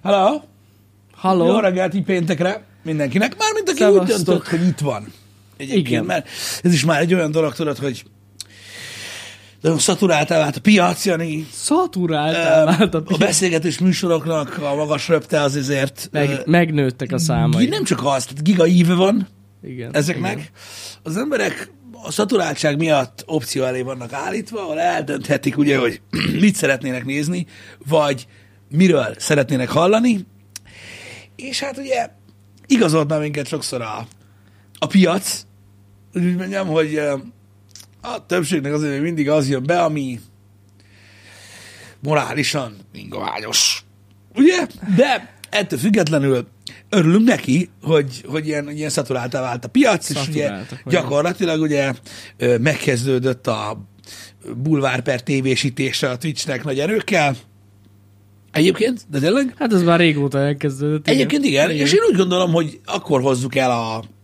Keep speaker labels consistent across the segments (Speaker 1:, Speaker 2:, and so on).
Speaker 1: Halló!
Speaker 2: Halló!
Speaker 1: Jó reggelt így péntekre mindenkinek. Mármint aki úgy döntött, hogy itt van. Egyébként, igen. Mert ez is már egy olyan dolog, tudod, hogy nagyon szaturáltál vált a piac, Jani.
Speaker 2: Szaturáltál vált a piac.
Speaker 1: A beszélgetés műsoroknak a magas röpte az ezért...
Speaker 2: Megnőttek a számai.
Speaker 1: Nem csak az, tehát giga íve van
Speaker 2: igen,
Speaker 1: ezeknek.
Speaker 2: Igen.
Speaker 1: Az emberek a szaturáltság miatt opció elé vannak állítva, ahol eldönthetik ugye, hogy mit szeretnének nézni, vagy miről szeretnének hallani. És hát ugye igazolt már minket sokszor a piac, úgy mondjam, hogy a többségnek azért még mindig az jön be, ami morálisan ingoványos. Ugye? De ettől függetlenül örülünk neki, hogy ilyen szaturáltá vált a piac, és ugye gyakorlatilag ugye megkezdődött a bulvár per tévésítése a Twitchnek nagy erőkkel. Egyébként, de tényleg?
Speaker 2: Hát ez már régóta elkezdődött.
Speaker 1: Egyébként igen, és én úgy gondolom, hogy akkor hozzuk el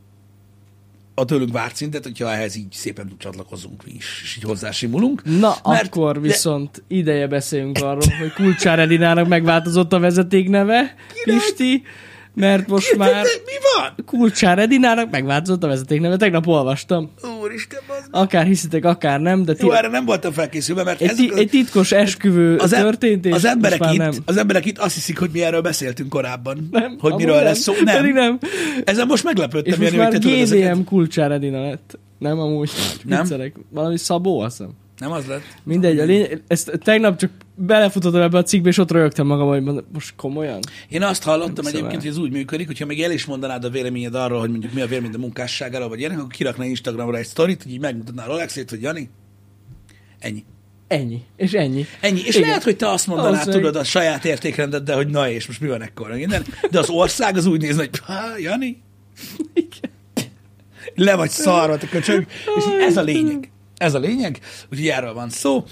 Speaker 1: a tőlünk várt szintet, hogyha ehhez így szépen csatlakozunk mi is, és így hozzásimulunk.
Speaker 2: Na, akkor viszont ideje beszélünk arról, hogy Kulcsár Edinának megváltozott a vezetékneve, Pisti, mert most már
Speaker 1: mi van?
Speaker 2: Kulcsár Edinának megváltozott a vezetékneve. Tegnap olvastam.
Speaker 1: Úristen, bazd.
Speaker 2: Akár hiszitek, akár nem, de...
Speaker 1: Jó, erre nem voltam felkészülve, mert
Speaker 2: egy titkos esküvő történt, és
Speaker 1: az emberek itt azt hiszik, hogy mi erről beszéltünk korábban.
Speaker 2: Nem,
Speaker 1: hogy miről
Speaker 2: nem,
Speaker 1: lesz szó.
Speaker 2: Nem.
Speaker 1: Ezen most meglepődtem.
Speaker 2: És most már GDM Kulcsár Edina lett. Nem, amúgy
Speaker 1: nem.
Speaker 2: Viccelek. Valami Szabó, azt hiszem.
Speaker 1: Nem az lett.
Speaker 2: Mindegy, ezt tegnap csak belefutottam ebbe a cikkbe, és ott rögtem magam, hogy most komolyan.
Speaker 1: Én azt hallottam egyébként, hogy ez úgy működik, hogyha még el is mondanád a véleményed arról, hogy mondjuk mi a véleményed a munkásságáról, vagy ilyenek, akkor kirakna Instagramra egy sztorit, hogy így megmutatná a Rolexét, hogy Jani, ennyi.
Speaker 2: Ennyi. És ennyi.
Speaker 1: És igen. Lehet, hogy te azt mondanád, tudod, a saját értékrendeddel, hogy na és most mi van ekkor, minden. De az ország az úgy néz, hogy Jani,
Speaker 2: igen.
Speaker 1: Le vagy szarva, te köcsög. És ez a lényeg. Ez a lényeg, úgyhogy erről van szó.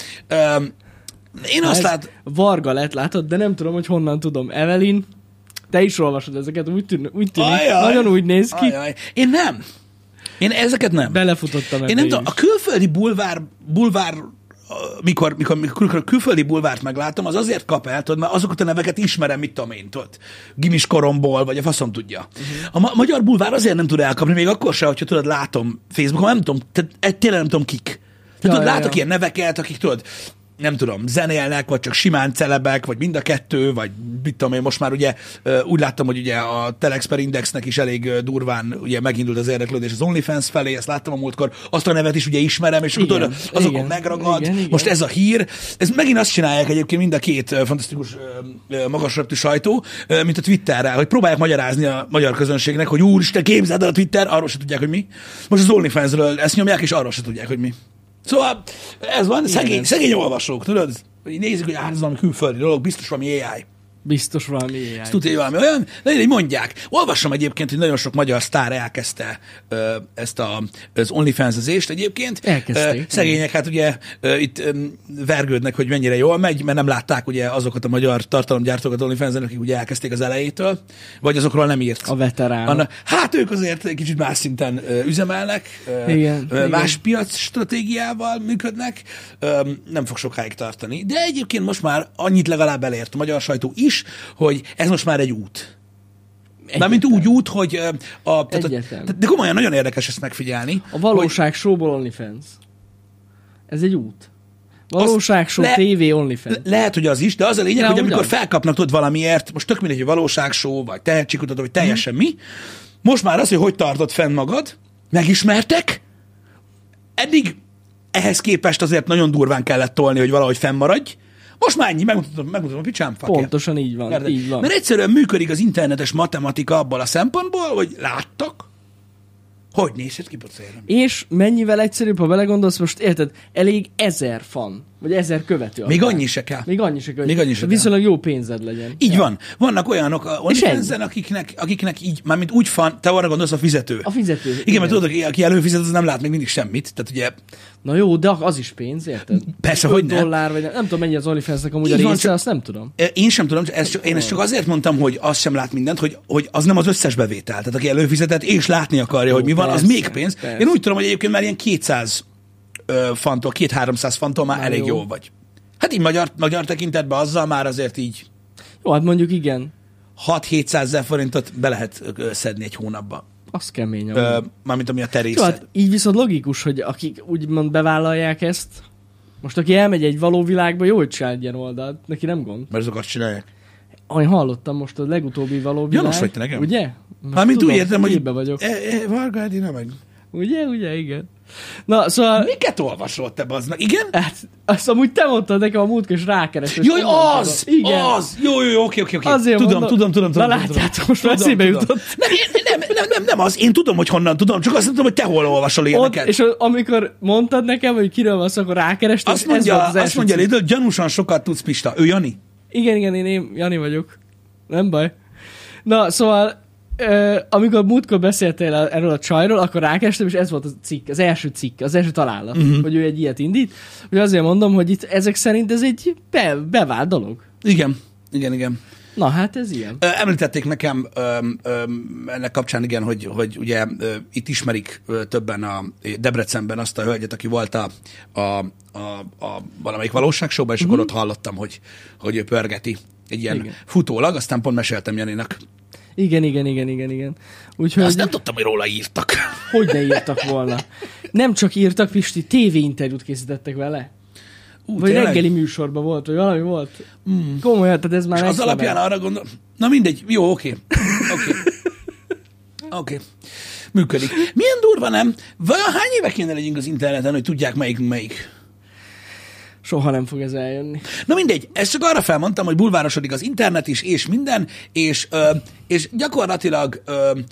Speaker 1: Én azt látom...
Speaker 2: Varga lett, látod, de nem tudom, hogy honnan tudom. Evelyn, te is olvasod ezeket, úgy tűnik, nagyon úgy néz ki.
Speaker 1: Ajaj. Én nem. Én ezeket nem.
Speaker 2: Belefutottam ebbe.
Speaker 1: Én nem tudom, a külföldi bulvár mikor külföldi bulvárt meglátom, az azért kap el, tudod, mert azokat a neveket ismerem, mit tudom én, tudod, gimis koromból, vagy a faszom tudja. A magyar bulvár azért nem tud elkapni, még akkor se, hogyha tudod, látom Facebookon, nem tudom, tényleg nem tudom kik. Tehát látok ilyen neveket, akik tudod, nem tudom, zenélnek, vagy csak simán celebek, vagy mind a kettő, vagy mit tudom én, most már ugye úgy láttam, hogy ugye a Telex per Indexnek is elég durván ugye megindult az érdeklődés az OnlyFans felé, ezt láttam a múltkor, azt a nevet is ugye ismerem, és akkor azokon megragad. Igen. Most ez a hír, ez megint azt csinálják egyébként mind a két fantasztikus magasröptű sajtó, mint a Twitterrel, hogy próbálják magyarázni a magyar közönségnek, hogy úristen, képzeld el a Twitter, arról se tudják, hogy mi. Most az OnlyFansről ezt nyomják, és arról se tudják, hogy mi. Szóval ez van, szegény olvasók, tudod? Hogy nézzük, hogy ez valami külföldi dolog, biztos valami AI.
Speaker 2: Biztos valami AI.
Speaker 1: Ezt tudja, hogy valami olyan, de így mondják. Olvasom egyébként, hogy nagyon sok magyar sztár elkezdte ezt az OnlyFans-ezést egyébként.
Speaker 2: Elkezdték.
Speaker 1: Szegények, hát ugye itt vergődnek, hogy mennyire jól megy, mert nem látták ugye azokat a magyar tartalomgyártókat OnlyFans-en, akik ugye elkezdték az elejétől, vagy azokról nem írt.
Speaker 2: A veteránok.
Speaker 1: Hát ők azért egy kicsit más szinten üzemelnek, más piac stratégiával működnek, nem fog sokáig tartani. De egyébként most már annyit legalább elért a magyar sajtó is, hogy ez most már egy út. Mármint úgy út, hogy de komolyan nagyon érdekes ezt megfigyelni.
Speaker 2: A valóság showból OnlyFans. Ez egy út. Valóság show TV OnlyFans.
Speaker 1: Lehet, hogy az is, de az a lényeg, hogy amikor felkapnak tudod valamiért, most tök mindegy, hogy valóság show, vagy tehetségkutató, vagy teljesen mi, most már az, hogy tartod fenn magad, megismertek, eddig ehhez képest azért nagyon durván kellett tolni, hogy valahogy fennmaradj. Most már ennyi, megmutatom a picsám.
Speaker 2: Pontosan így van.
Speaker 1: Mert egyszerűen működik az internetes matematika abban a szempontból, hogy láttak, hogy nézhet ki pocélem.
Speaker 2: És mennyivel egyszerűbb, ha belegondolsz, most érted, elég 1000 fan, vagy 1000 követő.
Speaker 1: Még annyi se kell.
Speaker 2: Még annyi se kell. Viszonylag jó pénzed legyen.
Speaker 1: Így van. Vannak olyanok a OnlyFans-en, akiknek így, mármint úgy fan, te arra gondolsz a fizető.
Speaker 2: A fizető.
Speaker 1: Igen, mert tudod, aki előfizet, az nem lát még mindig semmit. Tehát ugye...
Speaker 2: Na jó, de az is pénz, érted?
Speaker 1: Persze, hogy nem.
Speaker 2: $5, vagy nem tudom, mennyi az OnlyFans-nek amúgy a része, azt nem tudom.
Speaker 1: Én sem tudom, én ezt csak azért mondtam, hogy az sem lát mindent, hogy az nem az összes bevétel. Tehát aki előfizetett és látni akarja, hogy mi van, az még pénz. Én úgy tudom, hogy egyébként már ilyen 200 fantól, 200-300 fantól már elég jó vagy. Hát így magyar tekintetben azzal már azért így.
Speaker 2: Jó, hát mondjuk igen.
Speaker 1: 6-700 ezer forintot be lehet szedni egy hónapba.
Speaker 2: Az kemény.
Speaker 1: Mármint ami a te
Speaker 2: Jó, hát így viszont logikus, hogy akik úgymond bevállalják ezt, most aki elmegy egy való világba, jó, hogy csinál egy ilyen oldalt, neki nem gond.
Speaker 1: Mert azok azt csinálják.
Speaker 2: Én hallottam most a legutóbbi való világ.
Speaker 1: Gyanús vagy te nekem.
Speaker 2: Ugye?
Speaker 1: Mármint úgy értem, hogy
Speaker 2: vagyok.
Speaker 1: Varga Edina meg.
Speaker 2: Ugye, igen. Na, szóval...
Speaker 1: Miket olvasol te, baznak? Igen?
Speaker 2: Hát, azt amúgy te mondtad nekem a múltkor, és rákeresett.
Speaker 1: Jaj, az! Igen. Az! Jó, oké.
Speaker 2: Azért tudom. Na látjátok, most már eszébe jutott.
Speaker 1: Nem az. Én tudom, hogy honnan tudom, csak azt nem tudom, hogy te hol olvasol ilyeneket.
Speaker 2: És amikor mondtad nekem, hogy kiről van szó, akkor rákerestem,
Speaker 1: azt mondja, Lidl, gyanúsan sokat tudsz, Pista. Ő Jani?
Speaker 2: Igen, én Jani vagyok. Nem baj. Na, szóval... amikor múltkor beszéltél erről a csajról, akkor rákerestem, és ez volt a cikk, az első találat, hogy ő egy ilyet indít. Hogy azért mondom, hogy itt ezek szerint ez egy bevált dolog.
Speaker 1: Igen.
Speaker 2: Na hát ez ilyen.
Speaker 1: Említették nekem ennek kapcsán, igen, hogy ugye itt ismerik többen a Debrecenben azt a hölgyet, aki volt a valamelyik valóságsóban, és akkor ott hallottam, hogy ő pörgeti egy ilyen futólag, aztán pont meséltem Janinak.
Speaker 2: Igen. Úgyhogy...
Speaker 1: Azt nem tudtam, hogy róla írtak.
Speaker 2: Hogy ne írtak volna. Nem csak írtak, Pisti, tévéinterjút készítettek vele. Vagy tényleg? Reggeli műsorban volt, vagy valami volt. Komolyan, tehát ez már...
Speaker 1: És az alapján arra gondol... Na mindegy, jó, oké. Működik. Milyen durva, nem? Vajon hány éve kéne legyünk az interneten, hogy tudják melyik?
Speaker 2: Soha nem fog ez eljönni.
Speaker 1: Na mindegy, ezt csak arra felmondtam, hogy bulvárosodik az internet is, és minden, és gyakorlatilag,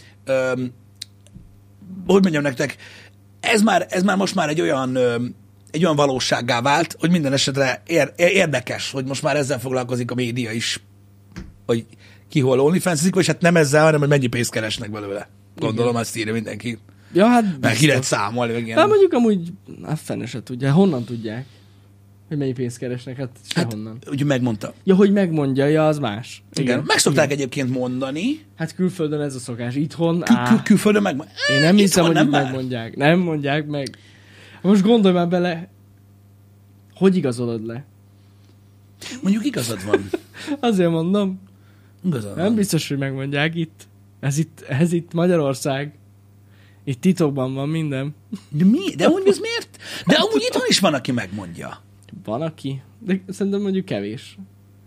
Speaker 1: hogy mondjam nektek, ez már most már egy olyan valósággá vált, hogy minden esetre érdekes, hogy most már ezzel foglalkozik a média is, hogy ki hol OnlyFans-ezik, vagy hát nem ezzel, hanem hogy mennyi pénzt keresnek belőle. Gondolom, azt írja mindenki.
Speaker 2: Ja, hát
Speaker 1: mert ki lehet számolni, meg ilyen.
Speaker 2: Hát mondjuk amúgy, fene se tudja. Honnan tudják? Hogy mennyi pénzt keresnek? Hát sehonnan.
Speaker 1: Hát, úgy megmondta.
Speaker 2: Ja, hogy megmondja, ja, az más.
Speaker 1: Igen. Meg szokták egyébként mondani.
Speaker 2: Hát külföldön ez a szokás. Itthon,
Speaker 1: külföldön megmondják.
Speaker 2: Én nem hiszem, hogy így megmondják. Nem mondják meg. Most gondolj már bele, hogy igazolod le?
Speaker 1: Mondjuk igazad van.
Speaker 2: Azért mondom.
Speaker 1: Igazad
Speaker 2: nem
Speaker 1: van.
Speaker 2: biztos, hogy megmondják itt. Ez itt Magyarország. Itt titokban van minden.
Speaker 1: De mi? De amúgy ez miért? De amúgy itthon is van, aki megmondja.
Speaker 2: Van, aki? De szerintem mondjuk kevés.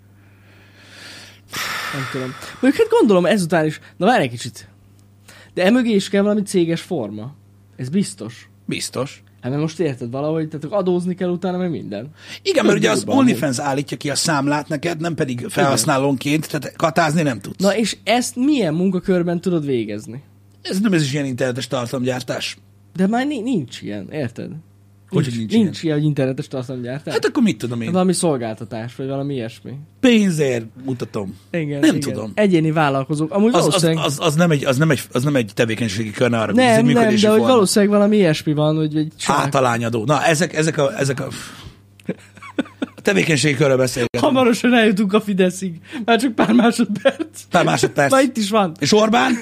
Speaker 2: Nem tudom. Mondjuk hát gondolom ezután is... Na várj egy kicsit. De emögé is kell valami céges forma. Ez biztos.
Speaker 1: Biztos.
Speaker 2: Hát mert most érted valahogy, tehát adózni kell utána, meg minden.
Speaker 1: Igen, mert ugye az OnlyFans állítja ki a számlát neked, nem pedig felhasználónként, tehát katázni nem tudsz.
Speaker 2: Na és ezt milyen munkakörben tudod végezni?
Speaker 1: Ez is ilyen internetes tartalomgyártás.
Speaker 2: De már nincs ilyen, érted?
Speaker 1: Nincs
Speaker 2: ilyen, hogy internetes tartalomgyártás.
Speaker 1: Hát akkor mit tudom én?
Speaker 2: Valami szolgáltatás, vagy valami ilyesmi.
Speaker 1: Pénzért mutatom.
Speaker 2: Igen.
Speaker 1: Tudom.
Speaker 2: Egyéni vállalkozók. Amúgy
Speaker 1: az nem egy tevékenységi kör,
Speaker 2: nem, de hogy valószínűleg valami ilyesmi van, hogy egy
Speaker 1: általányadó. Na, ezek a tevékenységi körről beszélgetünk.
Speaker 2: Hamarosan eljutunk a Fideszig. Már csak pár másodperc. Már itt is van.
Speaker 1: És Orbán?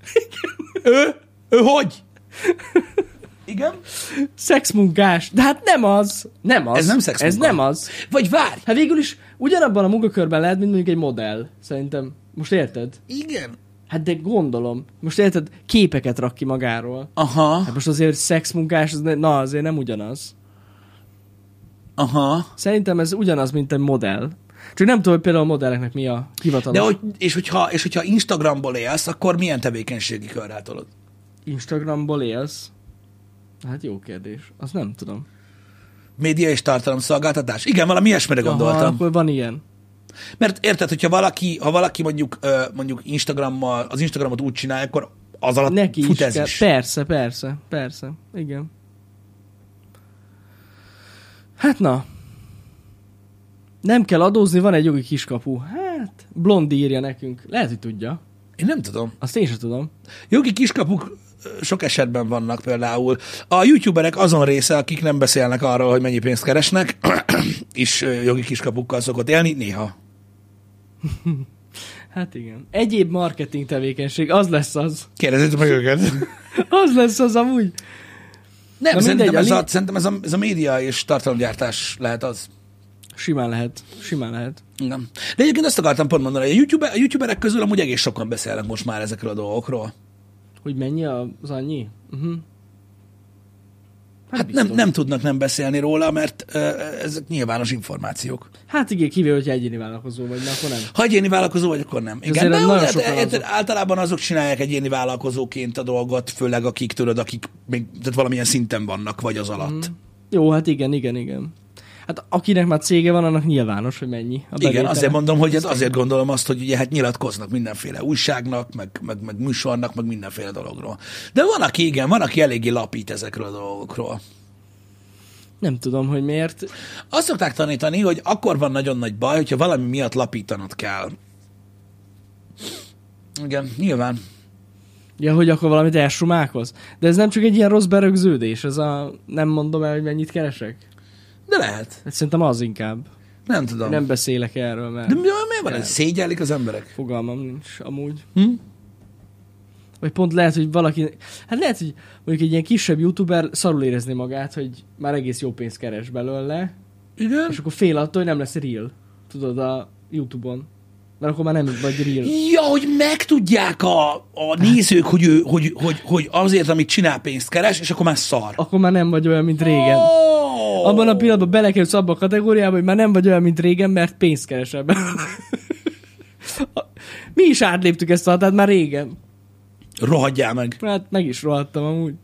Speaker 1: Ő hogy? Igen?
Speaker 2: Szexmunkás. De hát nem az.
Speaker 1: Ez nem szexmunka.
Speaker 2: Ez nem az.
Speaker 1: Vagy várj!
Speaker 2: Hát végül is ugyanabban a munkakörben lehet, mint mondjuk egy modell. Szerintem. Most érted?
Speaker 1: Igen.
Speaker 2: Hát de gondolom. Most érted? Képeket rak ki magáról.
Speaker 1: Aha.
Speaker 2: Hát most azért szexmunkás, azért nem ugyanaz.
Speaker 1: Aha.
Speaker 2: Szerintem ez ugyanaz, mint egy modell. Csak nem tudom, hogy például a modelleknek mi a hivatalos.
Speaker 1: De és hogyha Instagramból élsz, akkor milyen tevékenységi körrel tolod?
Speaker 2: Instagramból élsz? Hát jó kérdés. Azt nem tudom.
Speaker 1: Média és tartalomszolgáltatás? Igen, valami ilyesmire gondoltam.
Speaker 2: Akkor van ilyen.
Speaker 1: Mert érted, hogyha valaki mondjuk Instagrammal, az Instagramot úgy csinálja, akkor az alatt
Speaker 2: neki
Speaker 1: fut ez is.
Speaker 2: Persze. Igen. Hát na. Nem kell adózni, van egy jogi kiskapu. Hát, Blondi írja nekünk. Lehet, hogy tudja.
Speaker 1: Én nem tudom.
Speaker 2: Azt én sem tudom.
Speaker 1: Jogi kiskapuk sok esetben vannak például. A youtuberek azon része, akik nem beszélnek arról, hogy mennyi pénzt keresnek, és jogi kiskapukkal szokott élni, néha.
Speaker 2: Hát igen. Egyéb marketing tevékenység, az lesz az.
Speaker 1: Kérdezzétek meg őket.
Speaker 2: Az lesz az amúgy.
Speaker 1: Nem, szerintem ez a média és tartalomgyártás lehet az.
Speaker 2: Simán lehet. Simán lehet.
Speaker 1: Igen. De egyébként azt akartam pont mondani, hogy a youtuberek közül amúgy egész sokan beszélnek most már ezekről a dolgokról.
Speaker 2: Hogy mennyi az annyi? Uh-huh.
Speaker 1: Hát nem tudnak nem beszélni róla, mert ezek nyilvános információk.
Speaker 2: Hát igen, kivéve, hogyha egyéni vállalkozó vagy, akkor nem.
Speaker 1: Ha egyéni vállalkozó vagy, akkor nem. Igen, de
Speaker 2: nagyon
Speaker 1: általában azok csinálják egyéni vállalkozóként a dolgot, főleg akik még tehát valamilyen szinten vannak, vagy az alatt.
Speaker 2: Jó, hát igen. Hát akinek már cége van, annak nyilvános, hogy mennyi a bevétele.
Speaker 1: Igen, azért mondom, hogy azért gondolom azt, hogy ugye hát nyilatkoznak mindenféle újságnak, meg műsornak, meg mindenféle dologról. De van, aki eléggé lapít ezekről a dolgokról.
Speaker 2: Nem tudom, hogy miért.
Speaker 1: Azt szokták tanítani, hogy akkor van nagyon nagy baj, hogyha valami miatt lapítanod kell. Igen, nyilván.
Speaker 2: Ja, hogy akkor valamit elsumálkoz. De ez nem csak egy ilyen rossz berögződés, nem mondom el, hogy mennyit keresek?
Speaker 1: De lehet.
Speaker 2: Hát szerintem az inkább.
Speaker 1: Nem tudom.
Speaker 2: Nem beszélek erről, mert...
Speaker 1: De miért van ez? Szégyellik az emberek?
Speaker 2: Fogalmam nincs, amúgy. Vagy pont lehet, hogy valaki... Hát lehet, hogy mondjuk egy ilyen kisebb youtuber szarul érezni magát, hogy már egész jó pénzt keres belőle.
Speaker 1: Igen.
Speaker 2: És akkor fél attól, hogy nem lesz real. Tudod, a YouTube-on. Mert akkor már nem vagy real.
Speaker 1: Ja, hogy megtudják a nézők, hogy azért, amit csinál, pénzt keres, és akkor már szar.
Speaker 2: Akkor már nem vagy olyan, mint régen. Abban a pillanatban belekerülsz abba a kategóriába, hogy már nem vagy olyan, mint régen, mert pénzt keresel belőle. Mi is átléptük ezt a határt már régen.
Speaker 1: Rohadjál meg.
Speaker 2: Hát meg is rohadtam amúgy.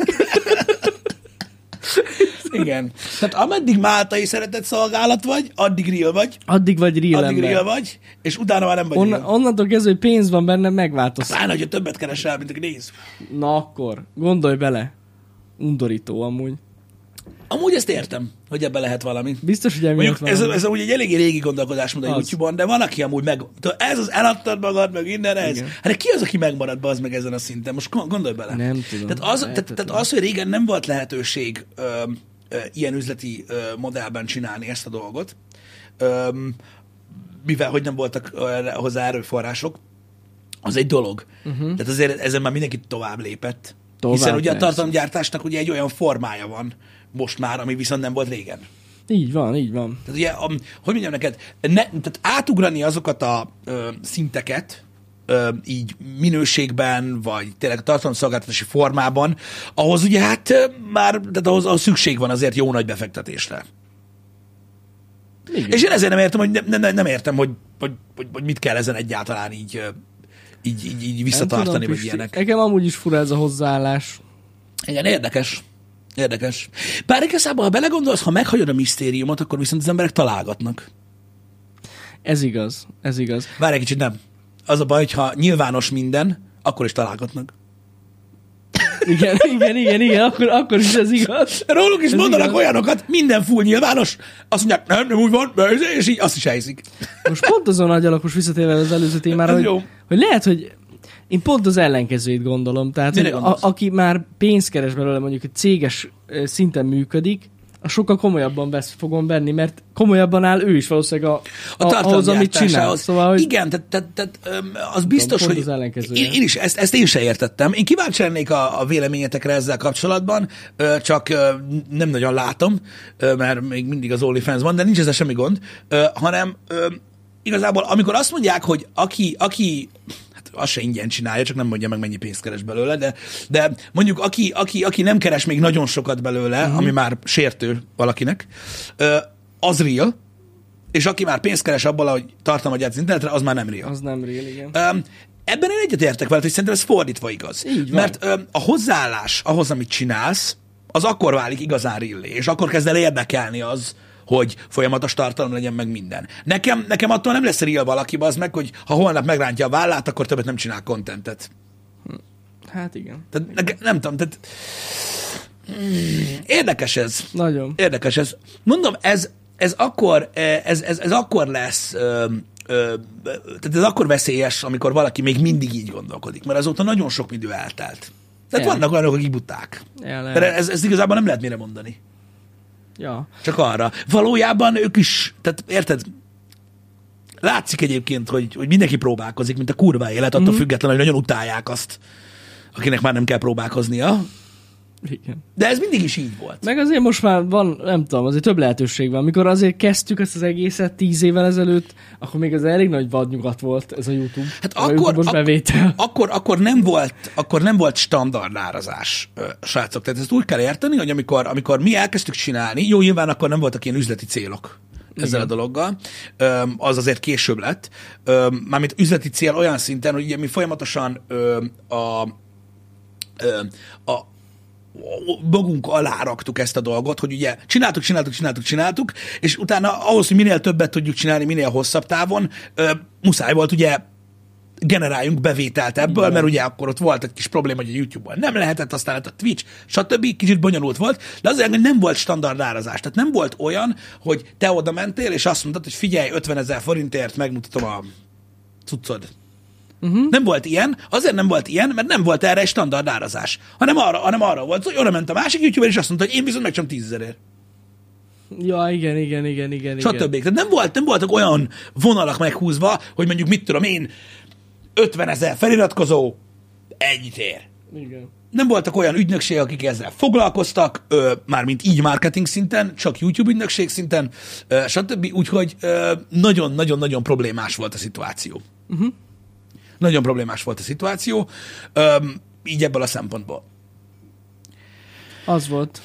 Speaker 1: Igen. Tehát ameddig máltai szeretett szolgálat vagy, addig real vagy.
Speaker 2: Addig vagy real
Speaker 1: addig
Speaker 2: ember.
Speaker 1: real vagy, és utána már nem vagy real.
Speaker 2: Onnantól kezdve, hogy pénz van benne, megváltozik.
Speaker 1: Pláne, hogyha többet keresel, mint aki néz.
Speaker 2: Na akkor, gondolj bele. Undorító amúgy.
Speaker 1: Amúgy ezt értem, hogy ebbe lehet valami.
Speaker 2: Biztos, hogy emiatt
Speaker 1: mondjuk ez amúgy egy eléggé régi gondolkodás mond a YouTube-on, de van, aki amúgy ez az eladtad magad, meg innen ez. Igen. Hát ki az, aki megmarad be az meg ezen a szinten? Most gondolj bele.
Speaker 2: Nem tudom.
Speaker 1: Tehát az, hogy régen nem volt lehetőség ilyen üzleti modellben csinálni ezt a dolgot, mivel hogy nem voltak hozzá erőforrások, az egy dolog. Tehát azért ezen már mindenki tovább lépett. Hiszen ugye a tartalomgyártásnak ugye egy olyan formája van most már, ami viszont nem volt régen.
Speaker 2: Így van.
Speaker 1: Tehát ugye, hogy mondjam neked, tehát átugrani azokat a szinteket, így minőségben, vagy tényleg a tartalomszolgáltatási formában, ahhoz ugye hát már, tehát ahhoz szükség van azért jó nagy befektetésre. Igen. És én ezért nem értem, hogy nem értem, hogy mit kell ezen egyáltalán így visszatartani, vagy ilyenek.
Speaker 2: Nekem amúgy is fura ez a hozzáállás.
Speaker 1: Igen, érdekes. Bár igazából, ha belegondolsz, ha meghagyod a misztériumot, akkor viszont az emberek találgatnak.
Speaker 2: Ez igaz.
Speaker 1: Várj egy kicsit, nem. Az a baj, hogyha nyilvános minden, akkor is találgatnak.
Speaker 2: Igen, akkor is ez igaz.
Speaker 1: Róluk is ez mondanak igaz. Olyanokat, minden full nyilvános, azt mondják, nem úgy van, és így azt is helyzik.
Speaker 2: Most pont azon agyalok, most visszatérve az előző témára, hogy lehet, hogy én pont az ellenkezőjét gondolom. Tehát, hogy aki már pénzt keres belőle, mondjuk egy céges szinten működik, a sokkal komolyabban fogom venni, mert komolyabban áll ő is valószínűleg ahhoz, amit csinál. Szóval, hogy...
Speaker 1: Igen, tehát az biztos, hogy én is ezt én se értettem. Én kíváncsi lennék a véleményetekre ezzel kapcsolatban, csak nem nagyon látom, mert még mindig az OnlyFans van, de nincs ezzel semmi gond, hanem igazából amikor azt mondják, hogy aki azt se ingyen csinálja, csak nem mondja meg, mennyi pénzt keres belőle, de mondjuk aki nem keres még nagyon sokat belőle, ami már sértő valakinek, az real, és aki már pénzt keres abból, hogy tartalmat gyárt az internetre, az már nem real.
Speaker 2: Az nem real, igen.
Speaker 1: Ebben én egyetértek veled, hogy szerintem ez fordítva igaz. Mert a hozzáállás ahhoz, amit csinálsz, az akkor válik igazán real, és akkor kezd el érdekelni az, hogy folyamatos tartalom legyen meg minden. Nekem attól nem lesz real valaki, az meg, hogy ha holnap megrántja a vállát, akkor többet nem csinál contentet.
Speaker 2: Hát igen.
Speaker 1: Tehát nem tudom, tehát érdekes ez.
Speaker 2: Nagyon.
Speaker 1: Érdekes ez. Mondom, ez akkor lesz, tehát ez akkor veszélyes, amikor valaki még mindig így gondolkodik, mert azóta nagyon sok idő eltelt. Tehát vannak olyanok, akik buták. De ez igazából nem lehet mire mondani.
Speaker 2: Ja.
Speaker 1: Csak arra. Valójában ők is, tehát érted, látszik egyébként, hogy mindenki próbálkozik, mint a kurva élet, attól függetlenül, hogy nagyon utálják azt, akinek már nem kell próbálkoznia.
Speaker 2: Igen.
Speaker 1: De ez mindig is így volt.
Speaker 2: Meg azért most már van, nem tudom, azért több lehetőség van. Amikor azért kezdtük ezt az egészet 10 évvel ezelőtt, akkor még az elég nagy vadnyugat volt ez a YouTube.
Speaker 1: Hát akkor nem volt standard árazás, srácok. Tehát ezt úgy kell érteni, hogy amikor mi elkezdtük csinálni, jó, nyilván akkor nem voltak ilyen üzleti célok ezzel a dologgal. Az azért később lett. Mármint üzleti cél olyan szinten, hogy ugye mi folyamatosan magunk alá raktuk ezt a dolgot, hogy ugye csináltuk, és utána ahhoz, hogy minél többet tudjuk csinálni, minél hosszabb távon, muszáj volt ugye generáljunk bevételt ebből, mert ugye akkor ott volt egy kis probléma, hogy a YouTube-on nem lehetett, aztán lett a Twitch, stb. Kicsit bonyolult volt, de azért, hogy nem volt standard árazás. Tehát nem volt olyan, hogy te oda mentél, és azt mondtad, hogy figyelj, 50 000 forintért megmutatom a cuccod. Nem volt ilyen, azért nem volt ilyen, mert nem volt erre egy standard árazás, hanem arra volt, hogy oda ment a másik YouTuber, és azt mondta, hogy én viszont megcsom 10 000-ért.
Speaker 2: Ja, igen.
Speaker 1: Stb. Tehát nem voltak olyan vonalak meghúzva, hogy mondjuk mit tudom én, 50 000 feliratkozó, ennyit ér.
Speaker 2: Igen.
Speaker 1: Nem voltak olyan ügynökségek, akik ezzel foglalkoztak, mármint így marketing szinten, csak YouTube ügynökség szinten, stb. Úgyhogy nagyon-nagyon problémás volt a szituáció. Nagyon problémás volt a szituáció, így ebből a szempontból.
Speaker 2: Az volt.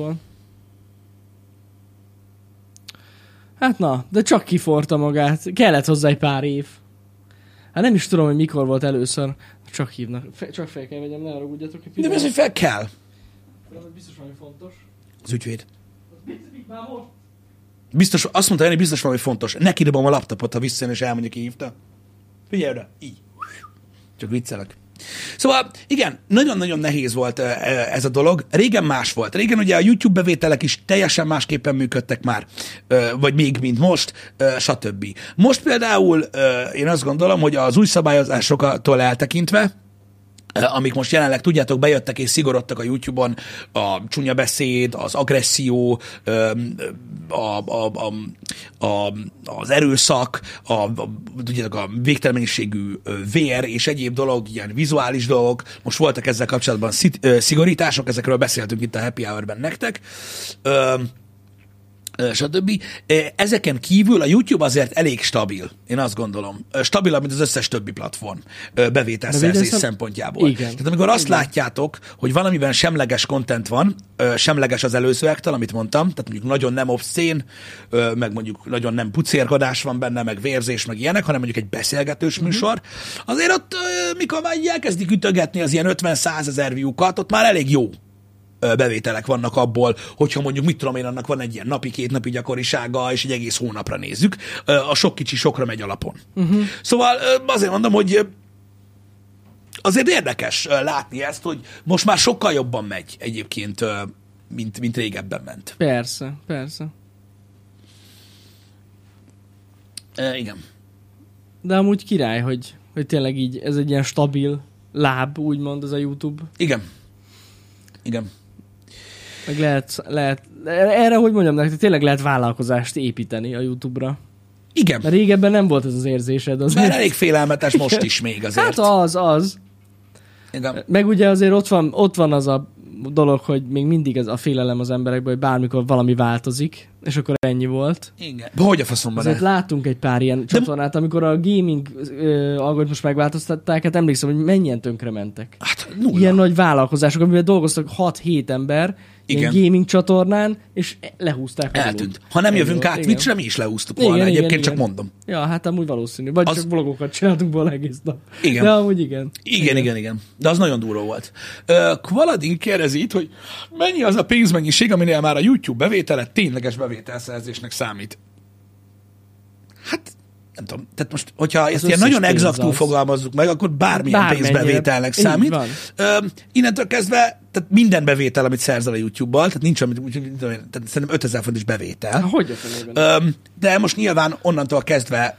Speaker 2: Hát na, de csak kiforta magát. Kellett hozzá egy pár év. Hát nem is tudom, hogy mikor volt először. Csak hívnak. Csak fel kell vegyem, ne haragudjatok.
Speaker 1: De mi az, hogy fel kell?
Speaker 2: Biztos valami fontos.
Speaker 1: Az ügyvéd. Biztos, azt mondta, hogy biztos valami fontos. Neki dobom a laptopot, ha visszajön, és elmondja, ki hívta. Figyelj oda, így. Csak viccelek. Szóval igen, nagyon-nagyon nehéz volt ez a dolog. Régen más volt. Régen ugye a YouTube bevételek is teljesen másképpen működtek már, vagy még, mint most, stb. Most például én azt gondolom, hogy az új szabályozásoktól eltekintve, amik most jelenleg, tudjátok, bejöttek és szigorodtak a YouTube-on, a csúnya beszéd, az agresszió, az erőszak, tudjátok, a végtelen mennyiségű vér és egyéb dolog, ilyen vizuális dolgok. Most voltak ezzel kapcsolatban szigorítások, ezekről beszéltünk itt a Happy Hour-ben nektek. Stb. Ezeken kívül a YouTube azért elég stabil, én azt gondolom. Stabilabb, mint az összes többi platform bevételszerzés szempontjából.
Speaker 2: Igen.
Speaker 1: Tehát amikor azt látjátok, hogy valamiben semleges content van, semleges az előzőektől, amit mondtam, tehát mondjuk nagyon nem obszcén, meg mondjuk nagyon nem pucérkodás van benne, meg vérzés, meg ilyenek, hanem mondjuk egy beszélgetős műsor, azért ott, mikor már elkezdik ütögetni az ilyen 50-100 ezer view-kat, ott már elég jó bevételek vannak abból, hogyha mondjuk, mit tudom én, annak van egy ilyen napi, 2 napi gyakorisága, és egy egész hónapra nézzük. A sok kicsi sokra megy alapon. Szóval azért mondom, hogy azért érdekes látni ezt, hogy most már sokkal jobban megy egyébként, mint régebben ment.
Speaker 2: Persze.
Speaker 1: Igen.
Speaker 2: De amúgy király, hogy tényleg így, ez egy ilyen stabil láb, úgymond, ez a YouTube.
Speaker 1: Igen.
Speaker 2: Meg lehet erre, hogy mondjam nektek, tényleg lehet vállalkozást építeni a YouTube-ra.
Speaker 1: Igen.
Speaker 2: Mert régebben nem volt ez az érzésed. Azért.
Speaker 1: Mert elég félelmetes most is még azért.
Speaker 2: Hát az.
Speaker 1: Igen.
Speaker 2: Meg ugye azért ott van az a dolog, hogy még mindig ez a félelem az emberekben, hogy bármikor valami változik, és akkor ennyi volt.
Speaker 1: Igen. Hogy a faszomban?
Speaker 2: Azért látunk egy pár ilyen csatornát, amikor a gaming algoritmus megváltoztatták, hát emlékszem, hogy mennyien tönkre mentek.
Speaker 1: Hát nulla.
Speaker 2: Ilyen nagy vállalkozások, amivel dolgoztak 6-7 ember, ilyen gaming csatornán, és lehúzták.
Speaker 1: Eltűnt. Ha nem jövünk át Twitchre, mi is lehúztuk volna. Egyébként csak mondom.
Speaker 2: Ja, hát amúgy valószínű. Vagy csak vlogokat csináltunk volna egész nap.
Speaker 1: Igen.
Speaker 2: De amúgy igen.
Speaker 1: Igen. De az nagyon durva volt. Kvaladin kérdezi itt, hogy mennyi az a pénzmennyiség, aminél már a YouTube bevétele tényleges bevételszerzésnek számít? Hát nem tudom. Tehát most, hogyha ezt ilyen nagyon exaktúl fogalmazzuk meg, akkor bármilyen pénzbevételnek számít. Innentől kezdve, tehát minden bevétel, amit szerzel a YouTube-bal, tehát nincs, tehát szerintem 5000 fontos bevétel.
Speaker 2: Hogy
Speaker 1: de most nyilván onnantól kezdve,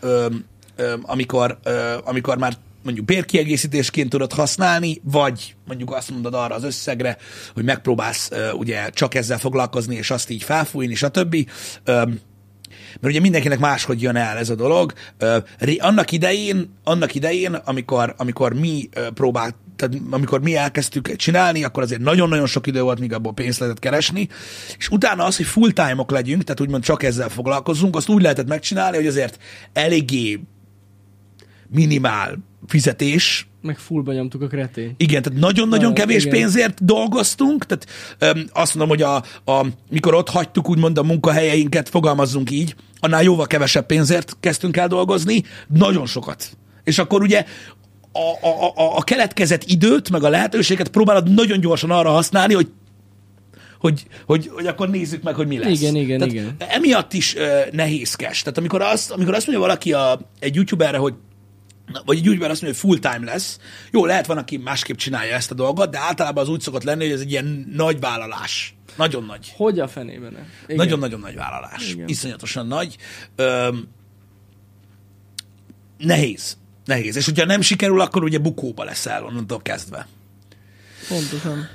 Speaker 1: amikor már mondjuk bérkiegészítésként tudod használni, vagy mondjuk azt mondod arra az összegre, hogy megpróbálsz ugye csak ezzel foglalkozni, és azt így felfújni, stb. Mert ugye mindenkinek máshogy jön el ez a dolog. Annak idején amikor mi tehát amikor mi elkezdtük csinálni, akkor azért nagyon-nagyon sok idő volt, míg abból pénzt lehetett keresni, és utána az, hogy full-time-ok legyünk, tehát úgymond csak ezzel foglalkozzunk, azt úgy lehetett megcsinálni, hogy azért eléggé minimál fizetés.
Speaker 2: Meg fullba nyomtuk a kretén.
Speaker 1: Igen, tehát nagyon-nagyon kevés
Speaker 2: igen.
Speaker 1: pénzért dolgoztunk, tehát azt mondom, hogy mikor ott hagytuk úgymond a munkahelyeinket, fogalmazzunk így, annál jóval kevesebb pénzért kezdtünk el dolgozni, nagyon sokat. És akkor ugye a keletkezett időt, meg a lehetőséget próbálod nagyon gyorsan arra használni, hogy akkor nézzük meg, hogy mi lesz.
Speaker 2: Igen.
Speaker 1: Emiatt is nehézkes. Tehát amikor azt mondja valaki egy youtuberre, hogy vagy egy youtuber azt mondja, hogy full time lesz, jó, lehet van, aki másképp csinálja ezt a dolgot, de általában az úgy szokott lenni, hogy ez egy ilyen nagy vállalás. Nagyon nagy.
Speaker 2: Hogy a fenében ne?
Speaker 1: Nagyon-nagyon nagy vállalás. Igen. Iszonyatosan nagy. Nehéz. És hogyha nem sikerül, akkor ugye bukóba leszel onnantól kezdve.
Speaker 2: Pontosan.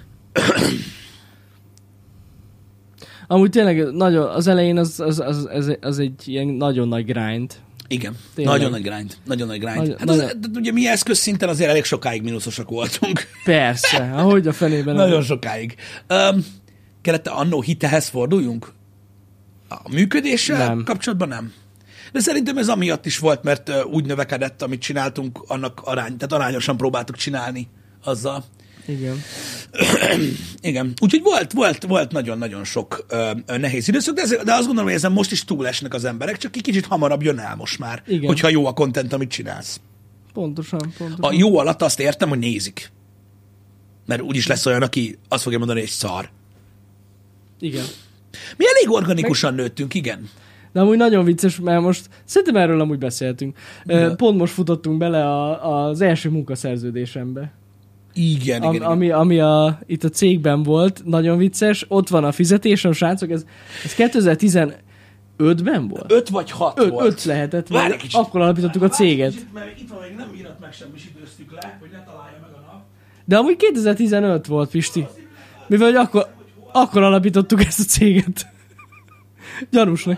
Speaker 2: Amúgy tényleg nagyon, az elején az egy ilyen nagyon nagy grind.
Speaker 1: Igen, nagyon nagy grind. Ugye mi eszközszinten azért elég sokáig mínuszosak voltunk.
Speaker 2: Persze, ahogy a fenében.
Speaker 1: Nagyon sokáig. Kellett annó hitehez forduljunk? A működéssel kapcsolatban nem. De szerintem ez amiatt is volt, mert úgy növekedett, amit csináltunk, tehát arányosan próbáltuk csinálni azzal.
Speaker 2: Igen.
Speaker 1: Igen. Úgyhogy volt nagyon-nagyon sok nehéz időszak, de azt gondolom, hogy ezen most is túlesnek az emberek, csak egy kicsit hamarabb jön el most már, igen. Hogyha jó a content, amit csinálsz.
Speaker 2: Pontosan.
Speaker 1: A jó alatt azt értem, hogy nézik. Mert úgyis lesz olyan, aki azt fogja mondani, hogy szar.
Speaker 2: Igen.
Speaker 1: Mi elég organikusan nőttünk, igen.
Speaker 2: De amúgy nagyon vicces, mert most szerintem erről amúgy beszéltünk. Pont most futottunk bele az első munkaszerződésembe.
Speaker 1: Igen.
Speaker 2: Ami itt a cégben volt, nagyon vicces. Ott van a fizetésem, srácok, ez 2015-ben volt?
Speaker 1: 5 vagy 6 volt.
Speaker 2: 5 lehetett, mert akkor alapítottuk a céget.
Speaker 1: Mert itt van, még nem írat meg semmisítőztük le, hogy ne találja meg a nap.
Speaker 2: De amúgy 2015 volt, Pisti. Mivel hogy akkor alapítottuk ezt a céget. Gyanúsnak.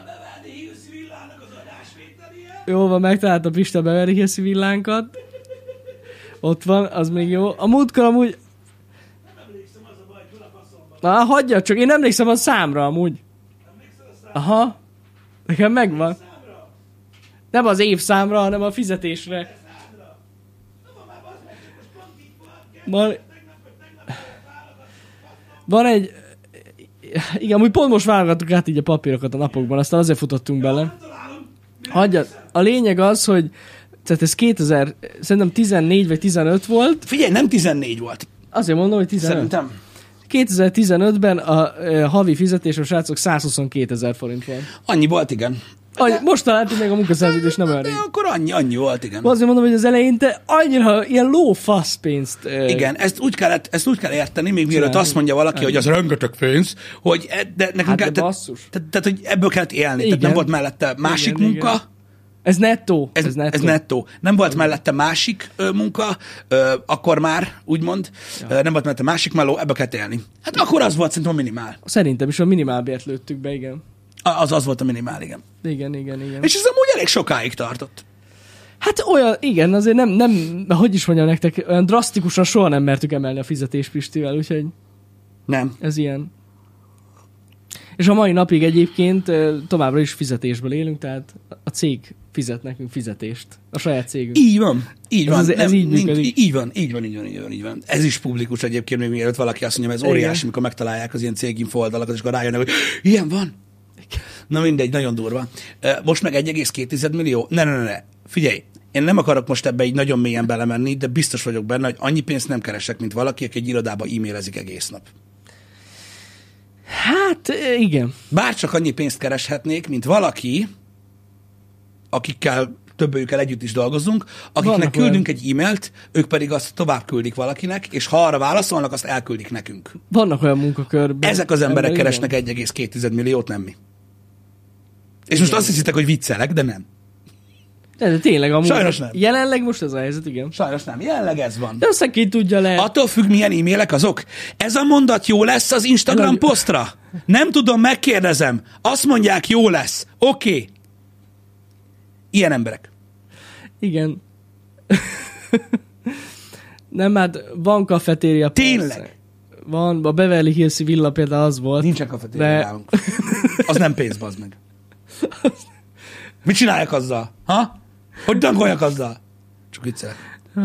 Speaker 2: Jó van, megtalálta Pista a Beverly Hills villánkat. Ott van, az még jó. A múltkor amúgy...
Speaker 1: Nem emlékszem, az a baj, hogy a faszomban.
Speaker 2: Hagyja, csak én emlékszem a számra amúgy. Aha. Nekem megvan. Nem az évszámra, hanem a fizetésre. Van egy... Igen, amúgy pont most válogattuk át így a papírokat a napokban, aztán azért futottunk bele. Hagyja, a lényeg az, hogy tehát ez 2000, szerintem 14 vagy 15 volt.
Speaker 1: Figyelj, nem 14 volt.
Speaker 2: Azért mondom, hogy 15.
Speaker 1: Szerintem.
Speaker 2: 2015-ben a havi fizetés a srácok 122 000 forint volt.
Speaker 1: Annyi volt, igen.
Speaker 2: Most találtuk még a munkaszerződés, nem olyan rég.
Speaker 1: De akkor annyi volt, igen.
Speaker 2: Azért mondom, hogy az elején te annyira ilyen lófasz pénzt...
Speaker 1: Igen, ezt úgy kell érteni, még mielőtt azt mondja valaki, hogy az rengeteg pénz, hogy de nekünk
Speaker 2: hát de basszus.
Speaker 1: Tehát, hogy ebből kellett élni. Igen. Tehát nem volt mellette másik munka. Igen.
Speaker 2: Ez nettó.
Speaker 1: Ez nettó. Nem volt mellette másik munka, akkor már, úgymond. Ja. Nem volt mellette másik meló, ebből kellett élni. Hát akkor az volt szerintem a minimál.
Speaker 2: Szerintem is a minimálbért lőttük be, igen.
Speaker 1: Az volt a minimál, igen.
Speaker 2: Igen.
Speaker 1: És ez amúgy elég sokáig tartott.
Speaker 2: Hát olyan, igen, azért nem, hogy is mondjam nektek, olyan drasztikusan soha nem mertük emelni a fizetést Pistivel, úgyhogy...
Speaker 1: Nem.
Speaker 2: Ez ilyen. És a mai napig egyébként továbbra is fizetésből élünk, tehát a cég fizet nekünk fizetést. A saját cégünk.
Speaker 1: Így van.
Speaker 2: Ez így működik.
Speaker 1: Így van. Ez is publikus egyébként, még mielőtt valaki azt mondja, hogy ez óriási, amikor megtalálják az ilyen céginfo oldalakat, és akkor rájönnek, hogy ilyen van. Na mindegy, nagyon durva. Most meg 1,2 millió? Ne. Figyelj, én nem akarok most ebbe így nagyon mélyen belemenni, de biztos vagyok benne, hogy annyi pénzt nem keresek, mint valaki, aki egy irodába e-mailezik egész nap.
Speaker 2: Hát, igen.
Speaker 1: Bárcsak annyi pénzt kereshetnék, mint valaki, akikkel többőjükkel együtt is dolgozunk, akiknek vannak küldünk egy e-mailt, ők pedig azt tovább küldik valakinek, és ha arra válaszolnak, azt elküldik nekünk.
Speaker 2: Vannak olyan munkakörben.
Speaker 1: Ezek az emberek keresnek 1,2 milliót, nem mi. És most azt hiszitek, hogy viccelek, de nem.
Speaker 2: De tényleg amúgy.
Speaker 1: Sajnos nem.
Speaker 2: Jelenleg most ez a helyzet, igen.
Speaker 1: Sajnos nem. Jelenleg ez van.
Speaker 2: De aztán ki tudja le.
Speaker 1: Attól függ, milyen e-mailek azok. Ez a mondat jó lesz az Instagram posztra? Nem tudom, megkérdezem. Azt mondják, jó lesz. Oké. Ilyen emberek.
Speaker 2: Igen. Nem, hát van kafetéria.
Speaker 1: Tényleg?
Speaker 2: Persze. Van, a Beverly Hills-i villa például az volt.
Speaker 1: Nincsen kafetéria nálunk. Az nem pénz, bazd meg. Mit csináljak azzal? Ha? Hogy tankoljak azzal? Csak viccelek.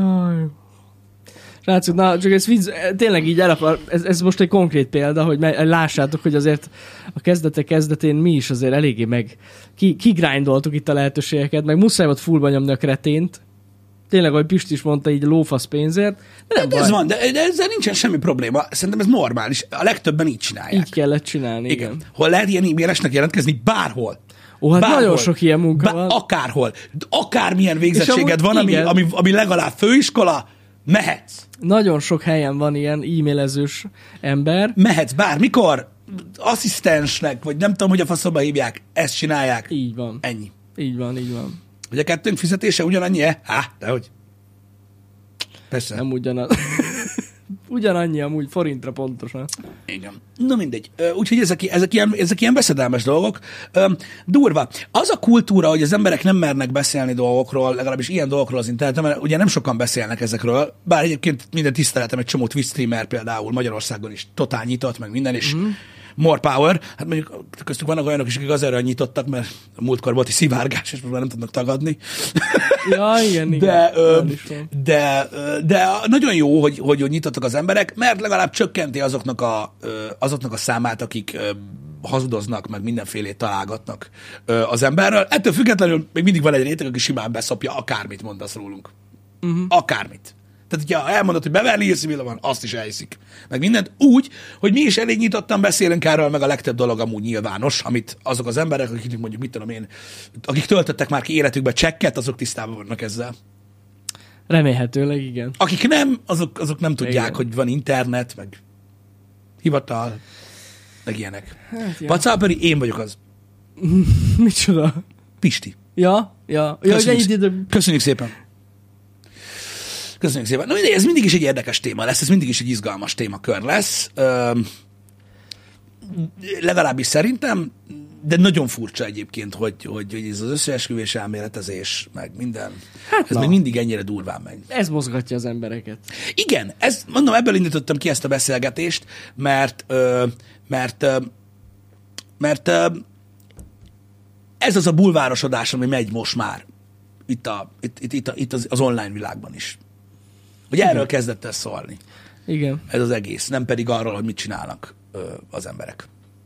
Speaker 2: Srácok, na, csak ez tényleg így el akar, ez most egy konkrét példa, hogy lássátok, hogy azért a kezdetén mi is azért eléggé meg kigrindoltuk itt a lehetőségeket, meg muszáj volt fullba nyomni a kretént. Tényleg, ahogy Pisti is mondta, így lófasz pénzért.
Speaker 1: De ez van, de ezzel nincsen semmi probléma. Szerintem ez normális. A legtöbben így csinálják.
Speaker 2: Így kellett csinálni, igen.
Speaker 1: Hol lehet ilyen e-mailesnek jelentkezni? Bárhol.
Speaker 2: Ó, hát
Speaker 1: bárhol.
Speaker 2: nagyon sok ilyen munka van.
Speaker 1: Akárhol. Akármilyen végzettséged van,
Speaker 2: amúgy,
Speaker 1: ami legalább főiskola, mehetsz.
Speaker 2: Nagyon sok helyen van ilyen e-mailezős ember.
Speaker 1: Mehetsz bármikor, asszisztensnek, vagy nem tudom, hogy a faszomba hívják, ezt csinálják.
Speaker 2: Így van.
Speaker 1: Ennyi.
Speaker 2: Így van.
Speaker 1: Hogy a kettőnk fizetése ugyanannyi-e? Dehogy. Persze.
Speaker 2: Nem ugyanaz. Ugyanannyi amúgy, forintra pontosan.
Speaker 1: Igen. Na mindegy. Úgyhogy ezek ilyen beszedelmes dolgok. Durva. Az a kultúra, hogy az emberek nem mernek beszélni dolgokról, legalábbis ilyen dolgokról az interneten, mert ugye nem sokan beszélnek ezekről, bár egyébként minden tiszteletem, egy csomó Twitch streamer például Magyarországon is totál nyitott, meg minden, és more power. Hát mondjuk köztük vannak olyanok is, akik azért nyitottak, mert a múltkor volt egy szivárgás, és most már nem tudnak tagadni.
Speaker 2: Ja, igen.
Speaker 1: De nagyon jó, hogy nyitottak az emberek, mert legalább csökkenti azoknak a számát, akik hazudoznak, meg mindenfélét találgatnak az emberről. Ettől függetlenül még mindig van egy réteg, aki simán beszopja, akármit mondasz rólunk. Akármit. Tehát, hogyha elmondod, hogy Beverly Hills villa van, azt is elhiszik. Meg mindent úgy, hogy mi is elég nyitottan beszélünk erről, meg a legtöbb dolog amúgy nyilvános, amit azok az emberek, akik mondjuk, mit tudom én, akik töltöttek már ki életükbe csekket, azok tisztában vannak ezzel.
Speaker 2: Remélhetőleg, igen.
Speaker 1: Akik nem, azok nem tudják, igen, hogy van internet, meg hivatal, meg ilyenek. Hát, ja. Pacáperi, én vagyok az.
Speaker 2: Micsoda?
Speaker 1: Pisti.
Speaker 2: Ja.
Speaker 1: Köszönjük szépen. Köszönjük szépen. Na mindegy, ez mindig is egy érdekes téma lesz, ez mindig is egy izgalmas témakör lesz. Legalábbis szerintem, de nagyon furcsa egyébként, hogy ez az összeesküvés elméletezés, meg minden, hát ez még mindig ennyire durván megy.
Speaker 2: Ez mozgatja az embereket.
Speaker 1: Igen, mondom, ebből indítottam ki ezt a beszélgetést, mert ez az a bulvárosodás, ami megy most már itt az online világban is. Hogy erről kezdett el szólni.
Speaker 2: Igen.
Speaker 1: Ez az egész, nem pedig arról, hogy mit csinálnak az emberek.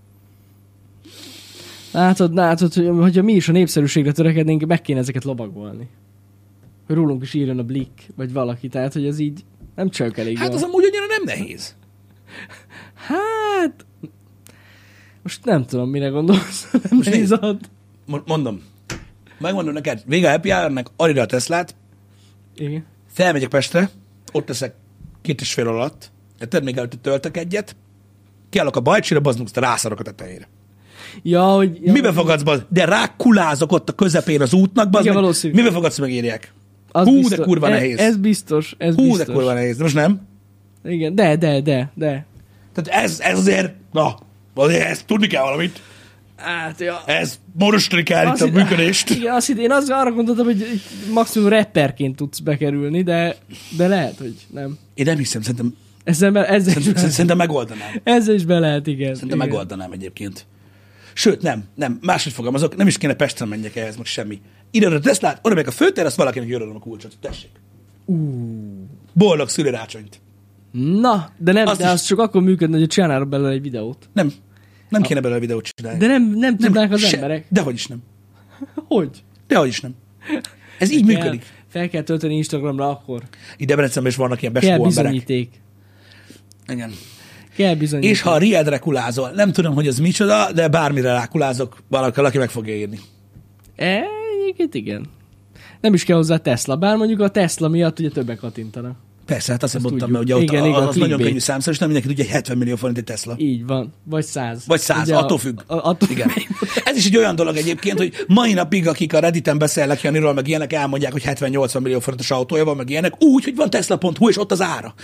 Speaker 2: Látod, hogyha mi is a népszerűségre törekednénk, meg kéne ezeket lovagolni. Hogy rólunk is írjon a Blick, vagy valaki. Tehát, hogy ez így nem csak elég.
Speaker 1: Hát az amúgy annyira nem nehéz.
Speaker 2: Hát... Most nem tudom, mire gondolsz. Most nézd.
Speaker 1: Mondom. Megmondom neked, vége a happy hour-nek, add a Teslát.
Speaker 2: Igen.
Speaker 1: Felmegyek Pestre, ott leszek 2,5 alatt, érted, még előtt töltök egyet, kiállok a bajcsira, bazdunk, te rászarok a tetejére.
Speaker 2: Ja.
Speaker 1: Mibe fogadsz, bazd? De rákulázok ott a közepén az útnak, bazd meg.
Speaker 2: Valószínű.
Speaker 1: Mibe fogadsz, megírják?
Speaker 2: Az
Speaker 1: Hú,
Speaker 2: biztos,
Speaker 1: de kurva nehéz.
Speaker 2: Ez biztos.
Speaker 1: Hú, de kurva nehéz. De most nem?
Speaker 2: Igen, de.
Speaker 1: Tehát ez azért, azért ezt tudni kell valamit.
Speaker 2: Hát, ja.
Speaker 1: Ez morosítani kell itt a működést.
Speaker 2: Igen, én arra gondoltam, hogy maximum rapperként tudsz bekerülni, de lehet, hogy nem.
Speaker 1: Én nem hiszem, szerintem szerintem megoldanám.
Speaker 2: Ezzel is be lehet, igen.
Speaker 1: Szerintem megoldanám egyébként. Sőt, nem. Máshogy fogalmazok, nem is kéne Pestre menjek ehhez, meg semmi. Ide a Teslát, oda megyek a főtér, azt valakinek jöjjön a kulcsot. Tessék. Boldog szülirácsonyt.
Speaker 2: Na, de az csak akkor működne, hogy csinálnára belőle egy videót.
Speaker 1: Nem kéne belőle videót csinálni.
Speaker 2: De nem tudnák az emberek.
Speaker 1: Dehogy is nem.
Speaker 2: Hogy?
Speaker 1: Dehogy is nem. Ez így működik.
Speaker 2: Fel kell tölteni Instagramra akkor.
Speaker 1: Itt Debrecenben is vannak ilyen beskó emberek.
Speaker 2: Kell bizonyíték.
Speaker 1: Igen.
Speaker 2: Kell bizonyíték.
Speaker 1: És ha a riedre kulázol, nem tudom, hogy az micsoda, de bármire rákulázok, valaki meg fogja írni.
Speaker 2: Egyébként igen. Nem is kell hozzá Tesla, bár mondjuk a Tesla miatt ugye többek kattintanak.
Speaker 1: Persze, hát azt mondtam, mert ugye
Speaker 2: igen,
Speaker 1: ott az nagyon könnyű számszor, és nem mindenki tudja, hogy 70 millió forint egy Tesla.
Speaker 2: Így van. Vagy 100.
Speaker 1: Vagy 100, ugye attól függ. Igen. Ez is egy olyan dolog egyébként, hogy mai napig, akik a Redditen beszélnek Janiról, meg ilyenek, elmondják, hogy 70-80 millió forintos autója van, meg ilyenek, úgy, hogy van Tesla.hu, és ott az ára.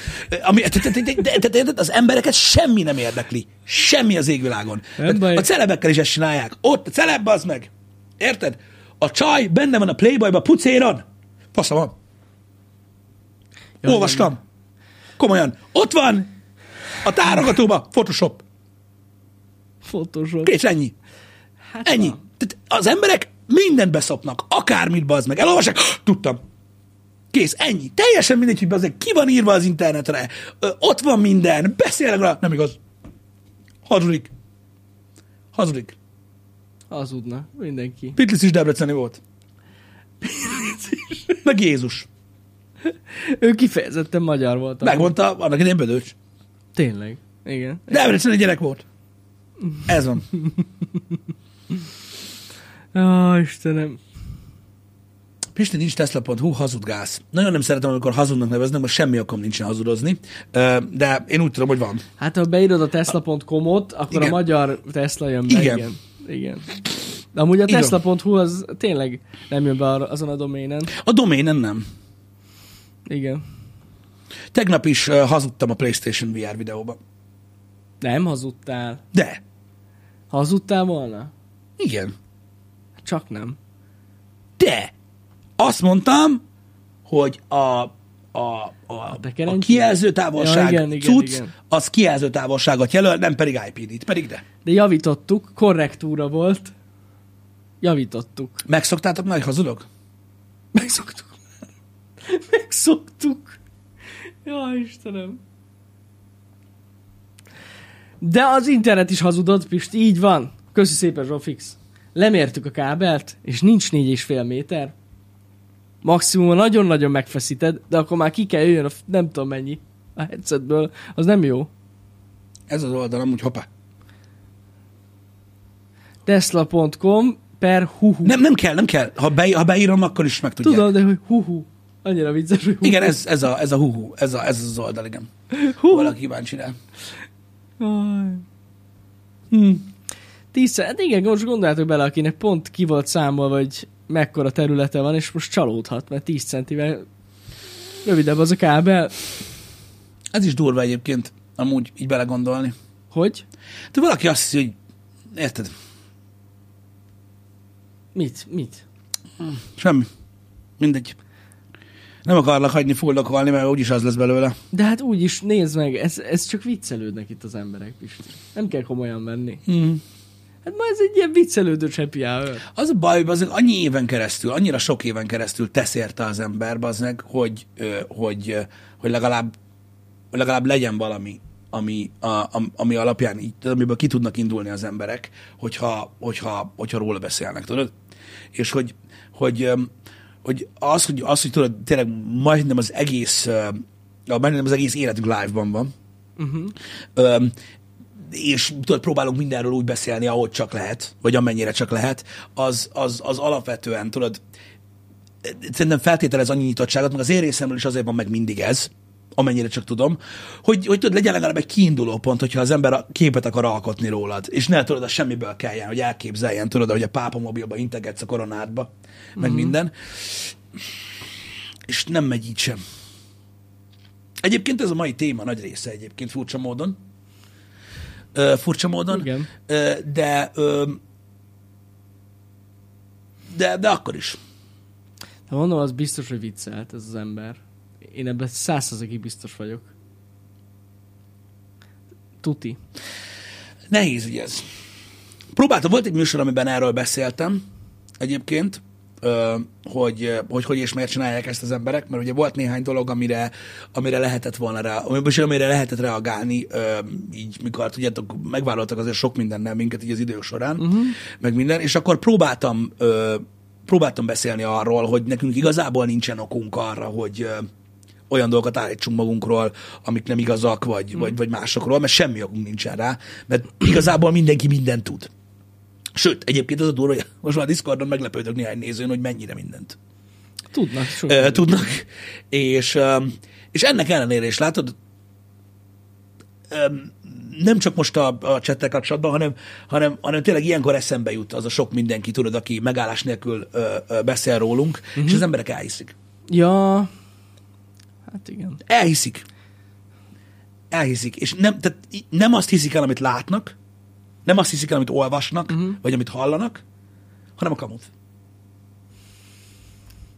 Speaker 1: Az embereket semmi nem érdekli. Semmi az égvilágon. A celebekkel is ezt csinálják. Ott a celeb, az meg. Érted? A csaj benne van a Playboyba, pucéron. Fasza van. Olvastam. Komolyan. Ott van a tárogatóba Photoshop. Kész, ennyi.
Speaker 2: Hát
Speaker 1: Ennyi.
Speaker 2: van.
Speaker 1: Tehát az emberek mindent beszopnak. Akármit, bazd meg. Elolvassák. Tudtam. Kész, ennyi. Teljesen mindegy, hogy bazd meg, ki van írva az internetre. Ott van minden. Beszélnek rá. Nem igaz. Hazudik.
Speaker 2: Hazudna. Mindenki.
Speaker 1: Pitlis is debreceni volt. Meg Jézus.
Speaker 2: Ő kifejezetten magyar volt.
Speaker 1: Megmondta, annak idén Bödöcs.
Speaker 2: Tényleg. Igen.
Speaker 1: Debreceni gyerek volt. Ez van.
Speaker 2: Istenem.
Speaker 1: Pisti, nincs Tesla.hu, hazudgász. Nagyon nem szeretem, amikor hazudnak neveznek, mert semmi okom nincsen hazudozni, de én úgy tudom, hogy van.
Speaker 2: Hát ha beírod a tesla.com-ot, akkor
Speaker 1: Igen.
Speaker 2: a magyar Tesla jön be.
Speaker 1: Igen.
Speaker 2: Igen. De amúgy a
Speaker 1: Igen.
Speaker 2: tesla.hu az tényleg nem jön be azon a doménen.
Speaker 1: A doménen nem.
Speaker 2: Igen.
Speaker 1: Tegnap is hazudtam a PlayStation VR videóba.
Speaker 2: Nem hazudtál.
Speaker 1: De.
Speaker 2: Hazudtál volna?
Speaker 1: Igen.
Speaker 2: Csak nem.
Speaker 1: De. Azt mondtam, hogy a
Speaker 2: bekerentyű?
Speaker 1: kijelzőtávolság
Speaker 2: Ja, igen,
Speaker 1: cucc,
Speaker 2: igen.
Speaker 1: az kijelzőtávolságot jelöl, nem pedig IP-t. Pedig de.
Speaker 2: De javítottuk, korrektúra volt. Javítottuk.
Speaker 1: Megszoktátok már, hogy hazudok?
Speaker 2: Megszoktuk. Jaj, Istenem. De az internet is hazudott, Pist, így van. Köszi szépen, Zsófix. Lemértük a kábelt, és nincs 4,5 méter. Maximum nagyon-nagyon megfeszíted, de akkor már ki kell jöjjön a nem tudom mennyi a headsetből. Az nem jó.
Speaker 1: Ez az oldal amúgy, hoppá.
Speaker 2: Tesla.com/huhu.
Speaker 1: Nem kell. Ha beírom, akkor is meg tudják.
Speaker 2: Tudom, de hogy huhu. Annyira vicces, hogy huhu.
Speaker 1: Igen, ez a huhu. Ez az oldal, igen.
Speaker 2: Huhu.
Speaker 1: Valaki kíváncsi rá.
Speaker 2: Aj. 10 hát igen, most gondoljátok bele, akinek pont ki volt számolva, hogy mekkora területe van, és most csalódhat, mert 10 centivel rövidebb az a kábel.
Speaker 1: Ez is durva egyébként, amúgy így belegondolni.
Speaker 2: Hogy?
Speaker 1: De valaki azt hiszi, hogy érted?
Speaker 2: Mit?
Speaker 1: Semmi. Mindegy. Nem akarlak hagyni fuldokolni, mert úgyis az lesz belőle.
Speaker 2: De hát úgy is, nézd meg, ez csak viccelődnek itt az emberek is. Nem kell komolyan venni. Hát ma ez egy ilyen viccelődő happy hour.
Speaker 1: Az a baj, hogy azért annyi éven keresztül, annyira sok éven keresztül tesz érte az ember, meg, hogy legalább legyen valami, ami alapján, amiből ki tudnak indulni az emberek, hogyha róla beszélnek, tudod? És hogy tudod, tényleg majdnem az egész életünk live-ban van. És tudod, próbálunk mindenről úgy beszélni, ahogy csak lehet, vagy amennyire csak lehet, az alapvetően, tudod, szerintem feltételez annyi nyitottságot, meg az én részemről is azért van meg mindig ez, amennyire csak tudom, hogy tudod, legyen legalább egy kiinduló pont, hogyha az ember képet akar alkotni rólad, és ne tudod, az semmiből kelljen, hogy elképzeljen, tudod, hogy a pápa mobilba integetsz a koronádba, meg minden. És nem megy így sem. Egyébként ez a mai téma nagy része egyébként furcsa módon.
Speaker 2: Igen.
Speaker 1: De akkor is.
Speaker 2: Ha mondom, az biztos, hogy viccelt ez az ember. Én ebben 100%-ig biztos vagyok. Tuti.
Speaker 1: Nehéz így ez. Próbáltam, volt egy műsor, amiben erről beszéltem egyébként, hogy és miért csinálják ezt az emberek, mert ugye volt néhány dolog, amire lehetett volna amire lehetett reagálni, így mikor, tudjátok, megvállaltak azért sok mindennel minket így az idő során, meg minden, és akkor próbáltam beszélni arról, hogy nekünk igazából nincsen okunk arra, hogy olyan dolgokat állítsunk magunkról, amik nem igazak, vagy másokról, mert semmi okunk nincsen rá, mert igazából mindenki mindent tud. Sőt, egyébként az a durva, hogy most már a Discordon meglepődök néhány nézőn, hogy mennyire mindent.
Speaker 2: Tudnak.
Speaker 1: És ennek ellenére is látod, nem csak most a chattel kapcsolatban, hanem tényleg ilyenkor eszembe jut az a sok mindenki, tudod, aki megállás nélkül beszél rólunk, és az emberek elhiszik.
Speaker 2: Ja, hát igen.
Speaker 1: Elhiszik. És nem azt hiszik el, amit látnak, nem azt hiszik el, amit olvasnak, vagy amit hallanak, hanem a kamut.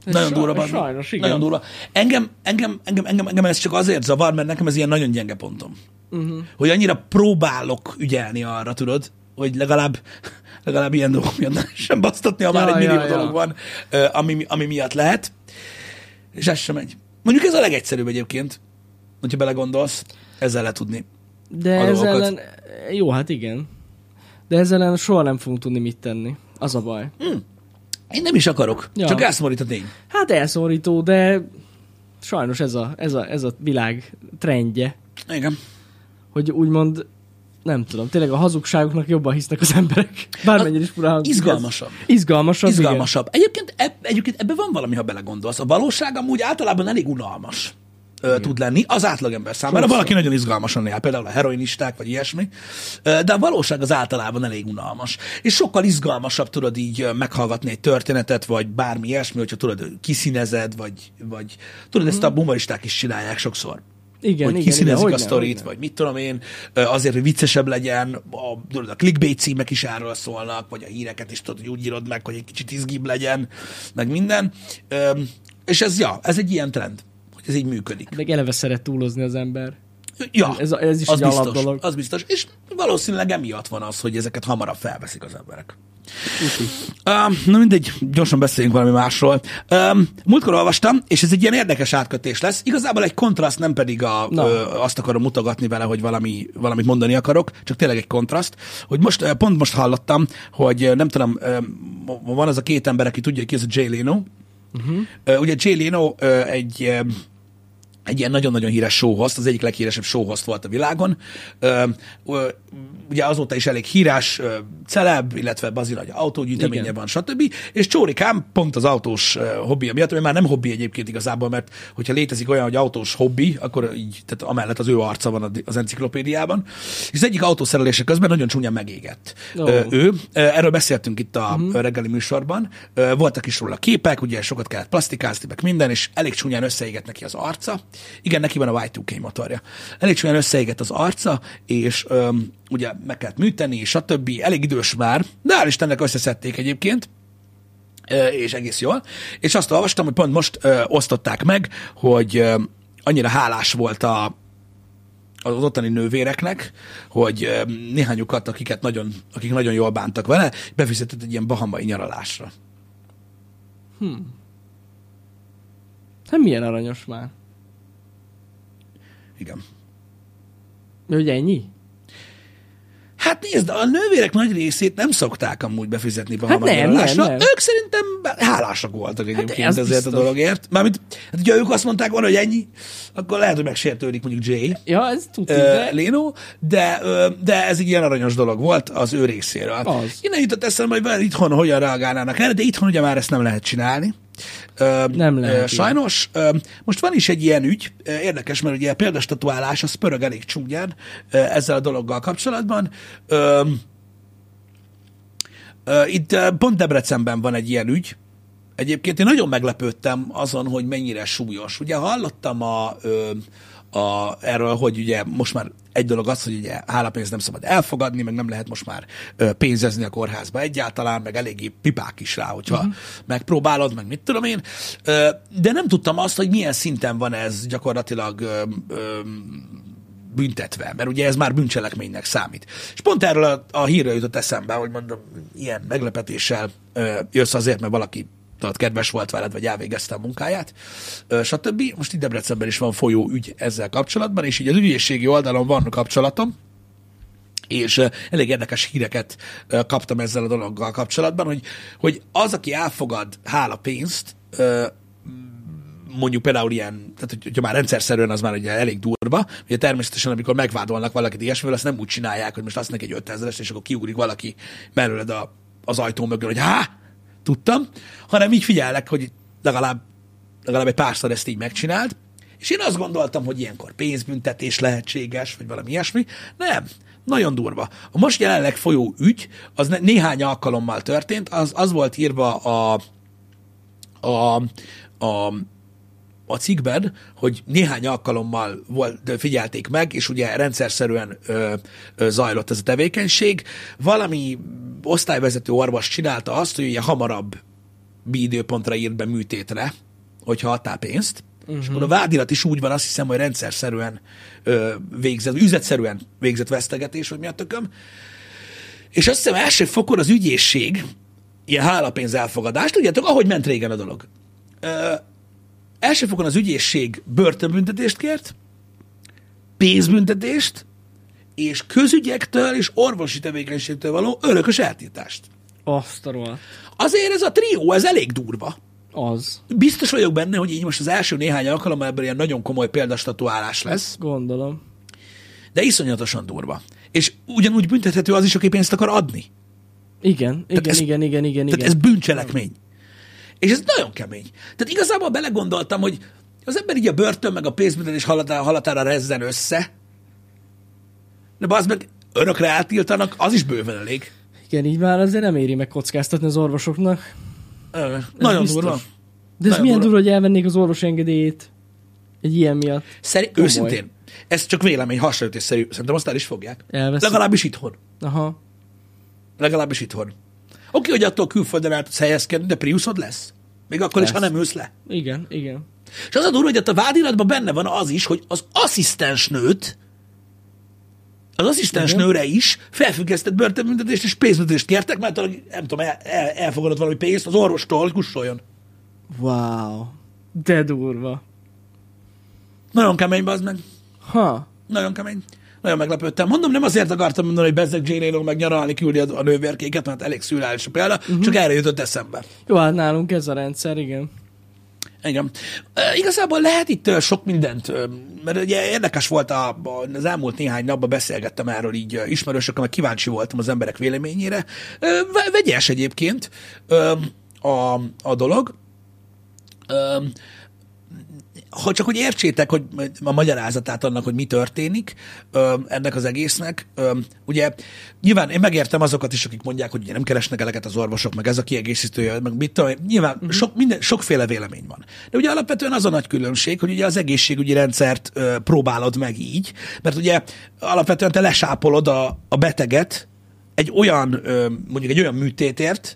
Speaker 1: Nagyon durva, bazd meg.
Speaker 2: Sajnos, igen.
Speaker 1: Nagyon durva. Engem ez csak azért zavar, mert nekem ez ilyen nagyon gyenge pontom. Hogy annyira próbálok ügyelni arra, tudod, hogy legalább ilyen dolgok miatt nem sem basztatni, ha már egy millió dolog van, ami miatt lehet. És ez sem megy. Mondjuk ez a legegyszerűbb egyébként, hogyha belegondolsz, ezzel lehet tudni.
Speaker 2: De ezzel ellen, jó, hát igen. De ezzel ellen soha nem fogunk tudni mit tenni. Az a baj.
Speaker 1: Én nem is akarok, csak elszomorít a tény.
Speaker 2: Hát elszomorító, de sajnos ez a világ trendje.
Speaker 1: Igen.
Speaker 2: Hogy úgymond, nem tudom, tényleg a hazugságoknak jobban hisznek az emberek. Bármennyire is furán.
Speaker 1: Izgalmasabb.
Speaker 2: Izgalmasabb.
Speaker 1: Egyébként ebben van valami, ha belegondolsz. A valóság amúgy általában elég unalmas tud lenni az átlagember számára. Valaki nagyon izgalmasan él, például a heroinisták, vagy ilyesmi. De a valóság az általában elég unalmas. És sokkal izgalmasabb tudod így meghallgatni egy történetet, vagy bármi ilyesmi, hogyha tudod, kiszínezed, vagy tudod, ezt a bumoristák is csinálják sokszor.
Speaker 2: Igen,
Speaker 1: hogy kiszínezik a sztorit, vagy mit tudom én, azért, hogy viccesebb legyen, a clickbait címek is erről szólnak, vagy a híreket is tudod, hogy úgy írod meg, hogy egy kicsit izgibb legyen, meg minden. És ez egy ilyen trend, hogy ez így működik.
Speaker 2: Meg eleve szeret túlozni az ember.
Speaker 1: Ja,
Speaker 2: ez is
Speaker 1: az
Speaker 2: egy
Speaker 1: biztos,
Speaker 2: alapdolog.
Speaker 1: az biztos. És valószínűleg emiatt van az, hogy ezeket hamarabb felveszik az emberek. Na mindegy, gyorsan beszéljünk valami másról. Múltkor olvastam, és ez egy ilyen érdekes átkötés lesz. Igazából egy kontraszt, nem pedig azt akarom mutogatni vele, hogy valamit mondani akarok, csak tényleg egy kontraszt, hogy pont most hallottam, hogy nem tudom, van az a két ember, aki tudja, ki ez a Jay Leno. Ugye Jay Leno egy ilyen nagyon-nagyon híres showhost, az egyik leghíresebb showhost volt a világon. Ugye azóta is elég híres, celeb, illetve bazi nagy autógyűjteménye van, stb. És csórikám pont az autós hobbija miatt, ami már nem hobbi egyébként igazából, mert hogyha létezik olyan, hogy autós hobbi, akkor így, tehát amellett az ő arca van az enciklopédiában. És az egyik autószerelése közben nagyon csúnyán megégett. Ő, erről beszéltünk itt a reggeli műsorban, voltak is róla képek, ugye sokat kellett plastikázni, meg minden, és elég csúnyán összeégett neki az arca. Igen, neki van a Y2K motorja. Elég csúnyán összeégett az arca, és ugye meg kellett műteni, stb. Elég idős már, de hál' Istennek összeszedték egyébként, és egész jól. És azt olvastam, hogy pont most osztották meg, hogy annyira hálás volt az ottani nővéreknek, hogy néhányukat, akik nagyon jól bántak vele, befizetett egy ilyen bahamai nyaralásra.
Speaker 2: Hát milyen aranyos már.
Speaker 1: Igen.
Speaker 2: Hogy ennyi?
Speaker 1: Hát nézd, a nővérek nagy részét nem szokták amúgy befizetni Bahamai nyaralásra.
Speaker 2: Nem.
Speaker 1: Ők szerintem hálásak voltak egyébként ezért
Speaker 2: biztos.
Speaker 1: a dologért. Mármint, hát hogyha ők azt mondták volna, hogy ennyi, akkor lehet, hogy megsértődik mondjuk Jay.
Speaker 2: Ja, ez tudja.
Speaker 1: Leno, de ez egy ilyen aranyos dolog volt az ő részéről. Innen jutott eszembe, hogy itthon hogyan reagálnának erre, de itthon ugye már ezt nem lehet csinálni.
Speaker 2: Nem lehet.
Speaker 1: Sajnos. Most van is egy ilyen ügy, érdekes, mert ugye a példastatuálás az pörög elég csúnyán ezzel a dologgal kapcsolatban. Itt pont Debrecenben van egy ilyen ügy. Egyébként én nagyon meglepődtem azon, hogy mennyire súlyos. Ugye hallottam erről, hogy ugye most már egy dolog az, hogy ugye hálapénzt nem szabad elfogadni, meg nem lehet most már pénzezni a kórházba egyáltalán, meg eléggé pipák is rá, hogyha megpróbálod, meg mit tudom én. De nem tudtam azt, hogy milyen szinten van ez gyakorlatilag büntetve, mert ugye ez már bűncselekménynek számít. És pont erről a hírről jutott eszembe, hogy mondom, ilyen meglepetéssel jössz azért, mert valaki kedves volt veled, vagy elvégezte a munkáját, stb. Most itt Debrecenben is van folyó ügy ezzel kapcsolatban, és így az ügyészségi oldalon van kapcsolatom, és elég érdekes híreket kaptam ezzel a dologgal kapcsolatban, hogy az, aki elfogad hálapénzt, mondjuk például ilyen, tehát hogyha már rendszerszerűen az már ugye elég durva, ugye természetesen amikor megvádolnak valakit ilyesmivel, azt nem úgy csinálják, hogy most azt neki egy 5000-est, és akkor kiugrik valaki mellőled az ajtó mögül, hogy tudtam, hanem így figyelnek, hogy legalább egy párszor ezt így megcsináld, és én azt gondoltam, hogy ilyenkor pénzbüntetés lehetséges, vagy valami ilyesmi. Nem, nagyon durva. A most jelenleg folyó ügy, az néhány alkalommal történt, az volt írva a cikkben, hogy néhány alkalommal figyelték meg, és ugye rendszerszerűen zajlott ez a tevékenység. Valami osztályvezető orvos csinálta azt, hogy ugye hamarabb időpontra írt be műtétre, hogyha adtál pénzt, és akkor a vádirat is úgy van, azt hiszem, hogy rendszerszerűen üzletszerűen végzett vesztegetés, vagy mi a tököm. És azt hiszem, első fokon az ügyészség ilyen hálapénz elfogadást, tudjátok, ahogy ment régen a dolog. Első fokon az ügyészség börtönbüntetést kért, pénzbüntetést, és közügyektől és orvosi tevékenységtől való örökös eltiltást.
Speaker 2: Azt a rohadt.
Speaker 1: Azért ez a trió, ez elég durva.
Speaker 2: Az.
Speaker 1: Biztos vagyok benne, hogy így most az első néhány alkalommal ebből ilyen nagyon komoly példastatuálás lesz.
Speaker 2: Gondolom.
Speaker 1: De iszonyatosan durva. És ugyanúgy büntethető az is, aki pénzt akar adni.
Speaker 2: Igen.
Speaker 1: Tehát ez bűncselekmény. És ez nagyon kemény. Tehát igazából belegondoltam, hogy az ember így a börtön meg a pénzbüntetés halatára rezzen össze, de bazd meg örökre eltiltanak, az is bőven elég.
Speaker 2: Igen, így már azért nem éri meg kockáztatni az orvosoknak.
Speaker 1: Nagyon durva.
Speaker 2: De ez milyen durva, hogy elvennék az orvos engedélyét egy ilyen miatt.
Speaker 1: Őszintén, ez csak vélemény, hasonlítésszerű. Szerintem azt el is fogják.
Speaker 2: Elveszik.
Speaker 1: Legalábbis itthon.
Speaker 2: Aha.
Speaker 1: Legalábbis itthon. Oké, hogy attól külföldön el tudsz helyezkedni, de Priusod lesz. Még akkor is, ha nem ülsz le.
Speaker 2: Igen.
Speaker 1: És az a durva, hogy ott a vádiratban benne van az is, hogy az asszisztensnőt, az asszisztensnőre is felfüggesztett börtönbüntetést és pénzbüntetést kértek, mert nem tudom, elfogadott valami pénzt az orvostól, hogy kussoljon.
Speaker 2: Wow. De durva.
Speaker 1: Nagyon kemény, bazd meg.
Speaker 2: Ha.
Speaker 1: Nagyon kemény. Nagyon meglepődtem. Mondom, nem azért akartam mondani, hogy bezzeg Jane Leno meg nyaralni küldi a nővérkéket, mert elég szürreális a példa, csak erre jutott eszembe.
Speaker 2: Jó, hát nálunk ez a rendszer, igen.
Speaker 1: Igen. Igazából lehet itt sok mindent, mert ugye érdekes volt az elmúlt néhány napban beszélgettem erről így ismerősökkel, meg kíváncsi voltam az emberek véleményére. Vegyes egyébként a dolog. Ha csak hogy értsétek, hogy a magyarázatát annak, hogy mi történik ennek az egésznek, ugye nyilván én megértem azokat is, akik mondják, hogy ugye nem keresnek eleget az orvosok, meg ez a kiegészítője, meg mit tudom, nyilván sokféle vélemény van. De ugye alapvetően az a nagy különbség, hogy ugye az egészségügyi rendszert próbálod meg így, mert ugye alapvetően te lesápolod a beteget egy olyan, mondjuk egy olyan műtétért,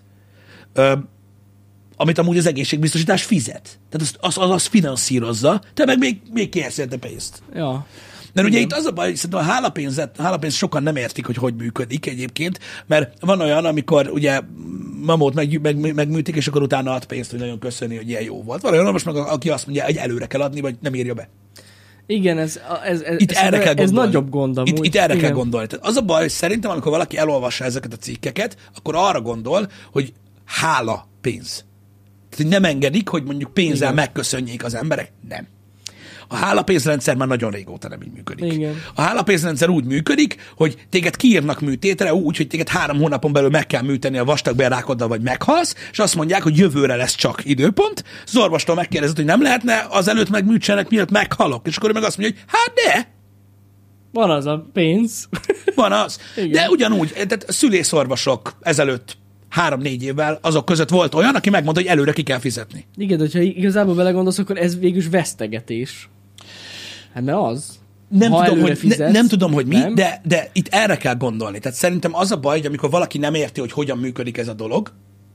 Speaker 1: amit amúgy az egészségbiztosítás fizet. Tehát az finanszírozza, te meg még kérsz érte pénzt.
Speaker 2: Ja.
Speaker 1: Mert ugye itt az a baj, hogy szerintem a hálapénzt sokan nem értik, hogy működik egyébként, mert van olyan, amikor ugye mamót megműtik, és akkor utána ad pénzt, hogy nagyon köszöni, hogy ilyen jó volt. Van olyan, most meg aki azt mondja, hogy előre kell adni, vagy nem írja be.
Speaker 2: Igen, ez nagyobb gond amúgy.
Speaker 1: Itt erre kell gondolni. Tehát az a baj, hogy szerintem, amikor valaki elolvassa ezeket a cikkeket, akkor arra gondol, hogy hála pénz. Tehát, hogy nem engedik, hogy mondjuk pénzzel megköszönjék az emberek. Nem. A hálapénzrendszer már nagyon régóta nem így működik.
Speaker 2: Igen.
Speaker 1: A hálapénzrendszer úgy működik, hogy téged kiírnak műtétre úgy, hogy téged 3 hónapon belül meg kell műteni a vastagbélrákoddal, vagy meghalsz, és azt mondják, hogy jövőre lesz csak időpont. Az orvostól megkérdezed, hogy nem lehetne azelőtt megműtsenek, mielőtt meghalok. És akkor ő meg azt mondja, hogy hát de!
Speaker 2: Van az a pénz.
Speaker 1: Van az.
Speaker 2: Igen.
Speaker 1: De ugyanúgy, tehát a szülészorvosok ezelőtt 3-4 évvel azok között volt olyan, aki megmondta, hogy előre ki kell fizetni.
Speaker 2: Igen, de hogyha igazából belegondolsz, akkor ez végülis vesztegetés. Hát mert az.
Speaker 1: Nem tudom, hogy mi,
Speaker 2: nem?
Speaker 1: de itt erre kell gondolni. Tehát szerintem az a baj, hogy amikor valaki nem érti, hogy hogyan működik ez a dolog,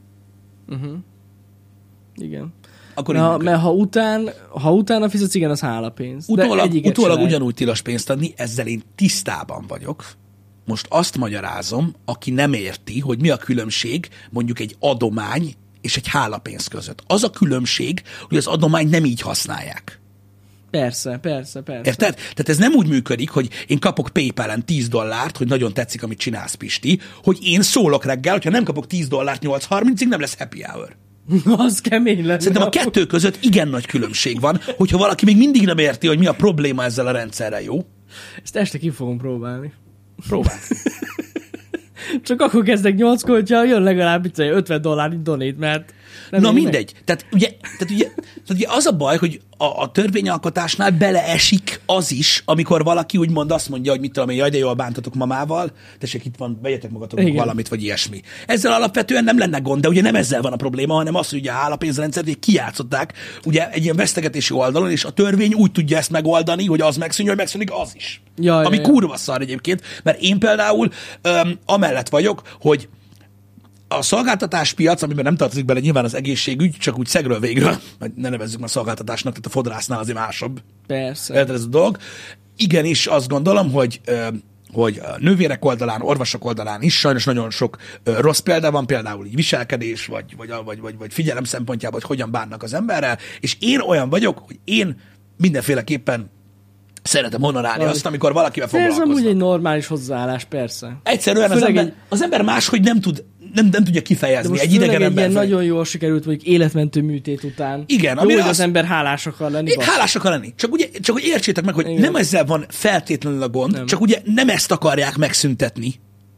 Speaker 2: igen.
Speaker 1: akkor
Speaker 2: mert ha utána fizetsz, igen, az hálapénz.
Speaker 1: Utólag ugyanúgy tilos pénzt adni, ezzel én tisztában vagyok. Most azt magyarázom, aki nem érti, hogy mi a különbség mondjuk egy adomány és egy hálapénz között. Az a különbség, hogy az adomány nem így használják.
Speaker 2: Persze.
Speaker 1: Érted? Tehát ez nem úgy működik, hogy én kapok PayPal-en $10, hogy nagyon tetszik, amit csinálsz, Pisti, hogy én szólok reggel, hogyha nem kapok $10 8:30-ig, nem lesz happy hour.
Speaker 2: Az kemény lenne.
Speaker 1: Szerintem a kettő között igen nagy különbség van, hogyha valaki még mindig nem érti, hogy mi a probléma ezzel a rendszerrel, jó?
Speaker 2: Ezt este ki fogom próbálni.
Speaker 1: Próbáld.
Speaker 2: Csak akkor kezdek 8-kor, hogyha jön legalább $50 donate, mert...
Speaker 1: Na mindegy. Tehát ugye az a baj, hogy a törvényalkotásnál beleesik az is, amikor valaki úgymond azt mondja, hogy mit tudom én, jaj, de jól bántatok mamával, tessék, itt van, vegyetek magatoknak valamit, vagy ilyesmi. Ezzel alapvetően nem lenne gond, de ugye nem ezzel van a probléma, hanem az, hogy ugye a hálapénzrendszert ugye kijátszották ugye egy ilyen vesztegetési oldalon, és a törvény úgy tudja ezt megoldani, hogy az megszűnjön, hogy megszűnik az is. Ami kurva szar egyébként, mert én például amellett vagyok, hogy a szolgáltatáspiac, amiben nem tartozik bele nyilván az egészségügy, csak úgy szegről végről, vagy ne nevezzük már szolgáltatásnak, tehát a fodrásznál azért másabb.
Speaker 2: Persze.
Speaker 1: Érted ez a dolog. Igenis azt gondolom, hogy a nővérek oldalán, orvosok oldalán is sajnos nagyon sok rossz példa van, például így viselkedés, vagy figyelem szempontjából, hogy hogyan bánnak az emberrel, és én olyan vagyok, hogy én mindenféleképpen szeretem honorálni azt, amikor valakivel foglalkoznak.
Speaker 2: Ez amúgy egy normális hozzáállás, persze.
Speaker 1: Egyszerűen az ember máshogy nem tudja kifejezni egy idegen ember.
Speaker 2: Ilyen nagyon jól sikerült, mondjuk életmentő műtét után.
Speaker 1: Igen,
Speaker 2: jó, hogy az ember hálás akar lenni.
Speaker 1: Hálás akar lenni. Csak hogy értsétek meg, hogy igen. Nem ezzel van feltétlenül a gond, nem. Csak ugye nem ezt akarják megszüntetni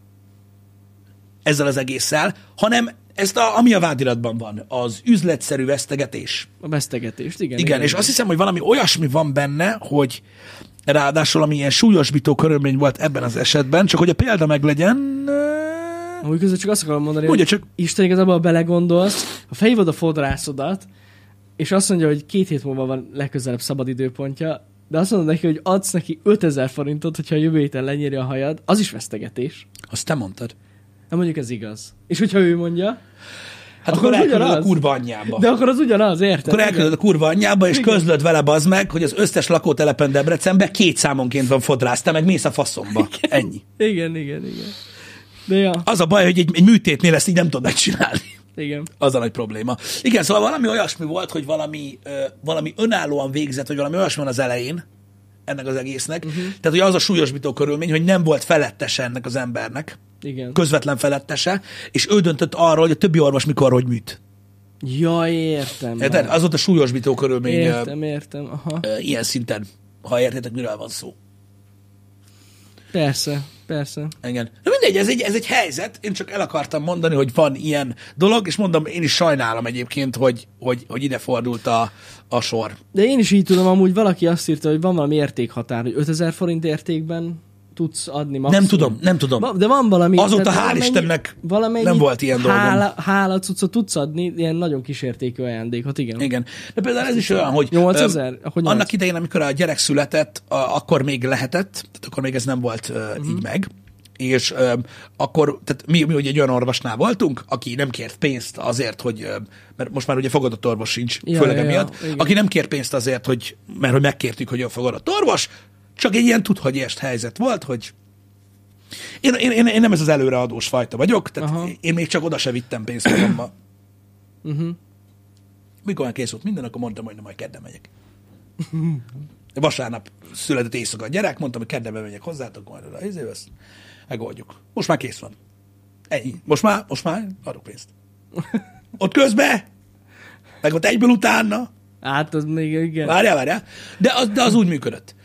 Speaker 1: ezzel az egésszel, hanem ezt ami a vádiratban van, az üzletszerű vesztegetés.
Speaker 2: A vesztegetést, igen.
Speaker 1: Igen, és azt hiszem, hogy valami olyasmi van benne, hogy ráadásul ami ilyen súlyosbító körülmény volt ebben az esetben, csak hogy a példa meglegyen.
Speaker 2: Amúgy közben csak azt akarom mondani,
Speaker 1: mondja
Speaker 2: hogy
Speaker 1: csak.
Speaker 2: Isten igazából belegondolsz, ha felhívod a fodrászodat, és azt mondja, hogy 2 hét múlva van legközelebb szabad időpontja, de azt mondod neki, hogy adsz neki 5000 forintot, hogyha a jövő héten lenyírja a hajad, az is vesztegetés.
Speaker 1: Azt te mondtad.
Speaker 2: Nem mondjuk ez igaz. És hogyha ő mondja,
Speaker 1: hát akkor elküldöd a kurva anyjába.
Speaker 2: De akkor az ugyanaz, érted?
Speaker 1: Akkor elküldöd a kurva anyjába, és közlöd vele bazd meg, hogy az összes lakótelepen Debrecenben 2 számonként van fodrász, te meg mész a faszomba.
Speaker 2: Igen.
Speaker 1: Ennyi.
Speaker 2: Igen. De ja.
Speaker 1: Az a baj, hogy egy műtétnél ezt így nem tudod megcsinálni.
Speaker 2: Igen.
Speaker 1: Az a nagy probléma. Igen, szóval valami olyasmi volt, hogy valami önállóan végzett, hogy valami olyasmi van az elején ennek az egésznek. Tehát, hogy az a súlyosbító körülmény, hogy nem volt felettese ennek az embernek.
Speaker 2: Igen.
Speaker 1: Közvetlen felettese, és ő döntött arról, hogy a többi orvos mikor hogy műt.
Speaker 2: Ja, értem.
Speaker 1: Érted? Az volt a súlyosbító körülmény.
Speaker 2: Értem. Aha.
Speaker 1: Ilyen szinten, ha értétek, miről van szó.
Speaker 2: Persze.
Speaker 1: Igen. De mindegy, ez egy helyzet, én csak el akartam mondani, hogy van ilyen dolog, és mondom, én is sajnálom egyébként, hogy ide fordult a sor.
Speaker 2: De én is így tudom, amúgy valaki azt írta, hogy van valami értékhatár, hogy 5000 forint értékben tudsz adni maximum.
Speaker 1: Nem tudom.
Speaker 2: De van valami...
Speaker 1: Azóta hál' Istennek nem volt ilyen dolgom.
Speaker 2: Hála cuccot tudsz adni, ilyen nagyon kísértékű ajándékot, igen.
Speaker 1: Igen. De például ez is olyan, hogy
Speaker 2: 8000?
Speaker 1: Annak idején, amikor a gyerek született, akkor még lehetett, tehát akkor még ez nem volt így meg, és akkor, tehát mi ugye egy olyan orvosnál voltunk, aki nem kért pénzt azért, hogy, mert most már ugye fogadott orvos sincs, főleg emiatt, aki nem kért pénzt azért, mert hogy megkértük, hogy a fogadott orvos, csak egy ilyen tudhagyest helyzet volt, hogy én nem ez az előreadós fajta vagyok, tehát én még csak oda se vittem pénzt magamba. Mikor már kész volt minden, akkor mondtam, hogy majd kedden megyek. Vasárnap született éjszaka a gyerek, mondtam, hogy kedden megyek hozzátok, majd oda ezt megoldjuk. Most már kész van. Ennyi. Most már adok pénzt. Ott közben, meg ott egyből utána.
Speaker 2: Hát az még igen.
Speaker 1: Várjál. De az úgy működött.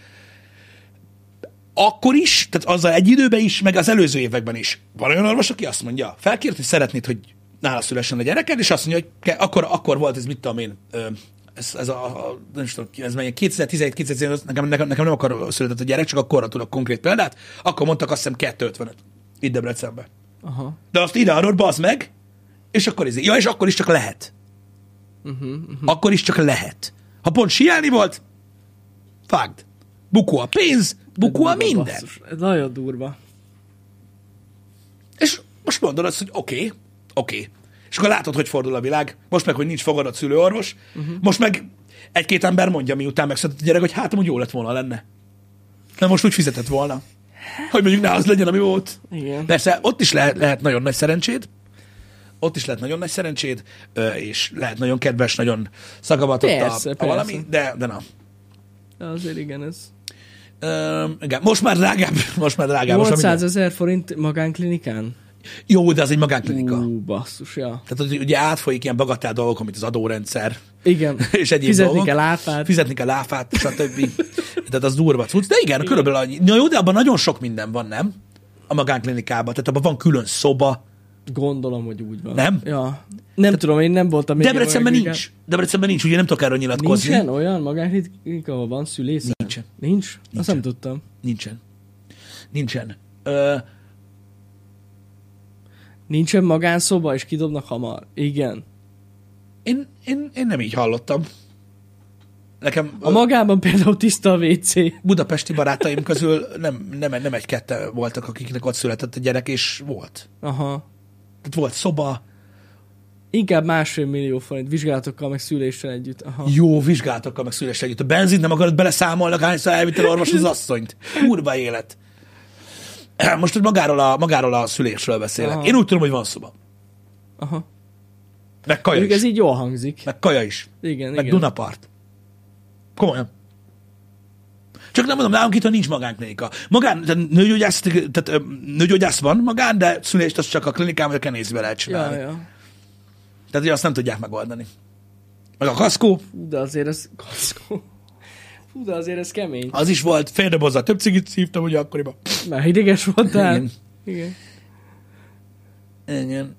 Speaker 1: Akkor is, tehát azzal egy időben is, meg az előző években is. Van olyan orvos, aki azt mondja, felkért, hogy szeretnéd, hogy nála szülessen a gyereked, és azt mondja, hogy akkor volt ez, mit tudom én, ez a nem is tudom, ez mennyi, 2017-2018, nekem nem akar született a gyerek, csak akkorra tudok konkrét példát, akkor mondtak azt hiszem 255 itt Debrecenben.
Speaker 2: Aha.
Speaker 1: De azt ide adod, bazd meg, és akkor és akkor is csak lehet. Akkor is csak lehet. Ha pont sielni volt, fagd. Bukó a pénz, bukó a minden.
Speaker 2: Basszus, ez nagyon durva.
Speaker 1: És most mondod azt, hogy oké. És akkor látod, hogy fordul a világ. Most meg, hogy nincs fogadott szülőorvos. Most meg egy-két ember mondja, miután megszületett a gyerek, hogy hát amúgy jó lett volna lenne. Nem most úgy fizetett volna. Hogy mondjuk ne az legyen, ami volt.
Speaker 2: Igen.
Speaker 1: Persze, ott is lehet nagyon nagy szerencséd. És lehet nagyon kedves, nagyon szagavatott a valami, de na.
Speaker 2: De azért igen, ez...
Speaker 1: Igen. Most már drágább.
Speaker 2: 800 000 forint magánklinikán?
Speaker 1: Jó, de az egy magánklinika.
Speaker 2: Basszus, ja.
Speaker 1: Tehát ugye átfolyik ilyen bagatell dolgok, mint az adórendszer.
Speaker 2: Igen.
Speaker 1: És egyéb Fizetni kell áfát, stb. Tehát az durva cucc. De igen, körülbelül annyi. Na jó, de abban nagyon sok minden van, nem? A magánklinikában. Tehát abban van külön szoba.
Speaker 2: Gondolom, hogy úgy van.
Speaker 1: Nem?
Speaker 2: Ja. Nem tudom, én nem voltam még.
Speaker 1: Debrecenben nincs, ugye nem tudok erről nyilatkozni.
Speaker 2: Nincsen olyan magánklinika, ahol van szülész? Nincs? Azt nem tudtam.
Speaker 1: Nincsen.
Speaker 2: Nincsen magánszoba, és kidobnak hamar. Igen.
Speaker 1: Én nem így hallottam. Nekem...
Speaker 2: A magában például tiszta a WC.
Speaker 1: Budapesti barátaim közül nem egy-kette voltak, akiknek ott született a gyerek, és volt.
Speaker 2: Aha.
Speaker 1: Tehát volt szoba.
Speaker 2: Inkább 1,5 millió forint vizsgálatokkal, meg szüléssel együtt. Aha.
Speaker 1: Jó, vizsgálatokkal meg szüléssel együtt. A benzint nem akarod beleszámolni, hányszor elvitt el orvos az asszonyt. Kurva élet. Most hogy magáról a szülésről beszélek.
Speaker 2: Aha.
Speaker 1: Én úgy tudom, hogy van szoba.
Speaker 2: Aha.
Speaker 1: Meg kaja
Speaker 2: Mondjuk
Speaker 1: is.
Speaker 2: ez így jól hangzik.
Speaker 1: Meg kaja is.
Speaker 2: Igen,
Speaker 1: Meg
Speaker 2: igen.
Speaker 1: Dunapart. Komolyan. Csak nem mondom, nálunk itt nincs magánklinika. Tehát nőgyógyász van magán, de szülést az csak a klinikán vagy a kenészben lehet csinálni.
Speaker 2: Ja.
Speaker 1: Tehát ugye azt nem tudják megoldani. Meg a kaszkó,
Speaker 2: Fú, de azért ez kaszkó. Fú, de azért ez kemény.
Speaker 1: az is volt, fél dobozzal több cigit szívtam ugye akkoriban.
Speaker 2: Már ideges voltál?
Speaker 1: Igen.
Speaker 2: Igen.
Speaker 1: Igen.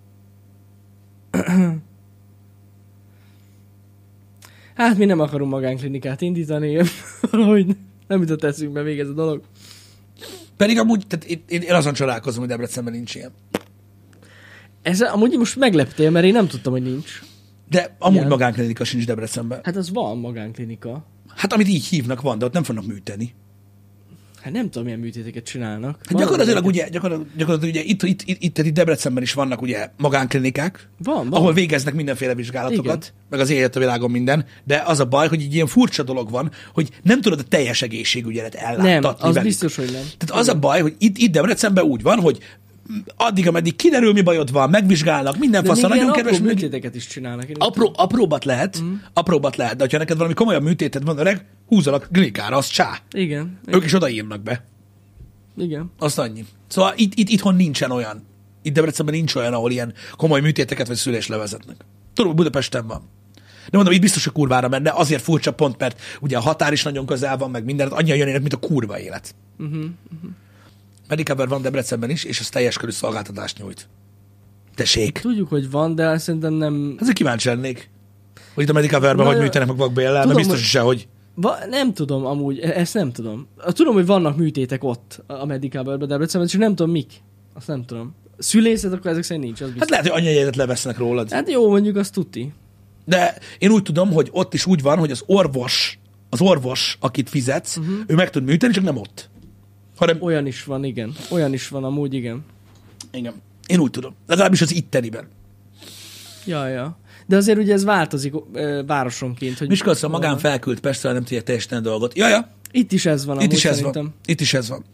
Speaker 2: Hát mi nem akarunk magánklinikát indítani, valahogy nem jutott eszünkbe még ez a dolog.
Speaker 1: Pedig amúgy, tehát én azon csodálkozom, hogy Debrecenben nincs ilyen.
Speaker 2: Ez amúgy most megleptél, mert én nem tudtam, hogy nincs.
Speaker 1: De amúgy
Speaker 2: Igen.
Speaker 1: magánklinika sincs Debrecenben.
Speaker 2: Hát az van magánklinika.
Speaker 1: Hát amit így hívnak van, de ott nem fognak műteni.
Speaker 2: Hát nem tudom, milyen műtéteket csinálnak.
Speaker 1: Hát gyakorlatilag ugye itt Debrecenben is vannak ugye magánklinikák,
Speaker 2: Van.
Speaker 1: ahol végeznek mindenféle vizsgálatokat,
Speaker 2: Igen.
Speaker 1: meg az élet a világon minden, de az a baj, hogy így ilyen furcsa dolog van, hogy nem tudod a teljes egészségügyet elláttatni
Speaker 2: Nem, az
Speaker 1: velük.
Speaker 2: biztos, hogy nem.
Speaker 1: Tehát az a baj, hogy itt Debrecenben úgy van, hogy addig, ameddig kiderül, mi bajod van, megvizsgálnak, minden
Speaker 2: De
Speaker 1: faszal,
Speaker 2: még
Speaker 1: nagyon
Speaker 2: ilyen
Speaker 1: kedves.
Speaker 2: apró műtéteket is csinálnak. Én
Speaker 1: Apróbbat lehet, de ha neked valami komolyabb műtéted van, öreg, húzzalak klinikára, az csá.
Speaker 2: Igen.
Speaker 1: Ők is odaírnak be.
Speaker 2: Igen.
Speaker 1: Azt annyi. Szóval itthon nincsen olyan. Itt Debrecenben nincs olyan, ahol ilyen komoly műtéteket vagy szülést levezetnek. Tudom, hogy Budapesten van. De mondom, itt biztos, hogy kurvára menne, azért furcsa pont, mert ugye a határ is nagyon közel van, meg minden, annyian jönnének, mint a kurva élet. Medicover van Debrecenben is, és ez teljes körű szolgáltatást nyújt. Tessék.
Speaker 2: Tudjuk, hogy van, de szerintem nem...
Speaker 1: Ezért kíváncsi lennék. Hogy itt a Medicoverben hogy műtenek meg vakbéllel, de
Speaker 2: tudom,
Speaker 1: biztos
Speaker 2: hogy-
Speaker 1: is se, hogy...
Speaker 2: Nem tudom amúgy, ezt nem tudom. Tudom, hogy vannak műtétek ott a Medicoverben, Debrecenben, csak nem tudom mik. Azt nem tudom. Szülészet akkor ezek szerint nincs, az
Speaker 1: Hát
Speaker 2: biztos.
Speaker 1: lehet, hogy anyajegyet levesznek rólad.
Speaker 2: Hát jó, mondjuk azt tuti.
Speaker 1: De én úgy tudom, hogy ott is úgy van, hogy az orvos, akit fizetsz, ő meg tud műteni, csak nem ott. Hanem,
Speaker 2: Olyan is van, igen. Olyan is van amúgy, igen.
Speaker 1: igen, én úgy tudom. Legalábbis az itteniben.
Speaker 2: Ja. De azért ugye ez változik városonként. Hogy
Speaker 1: Miskolcra
Speaker 2: hol
Speaker 1: magán
Speaker 2: van.
Speaker 1: felküld Pestre, nem tudja teljesíteni a dolgot. Ja,
Speaker 2: Itt is ez van amúgy
Speaker 1: itt is ez
Speaker 2: szerintem.
Speaker 1: van. Itt is ez van.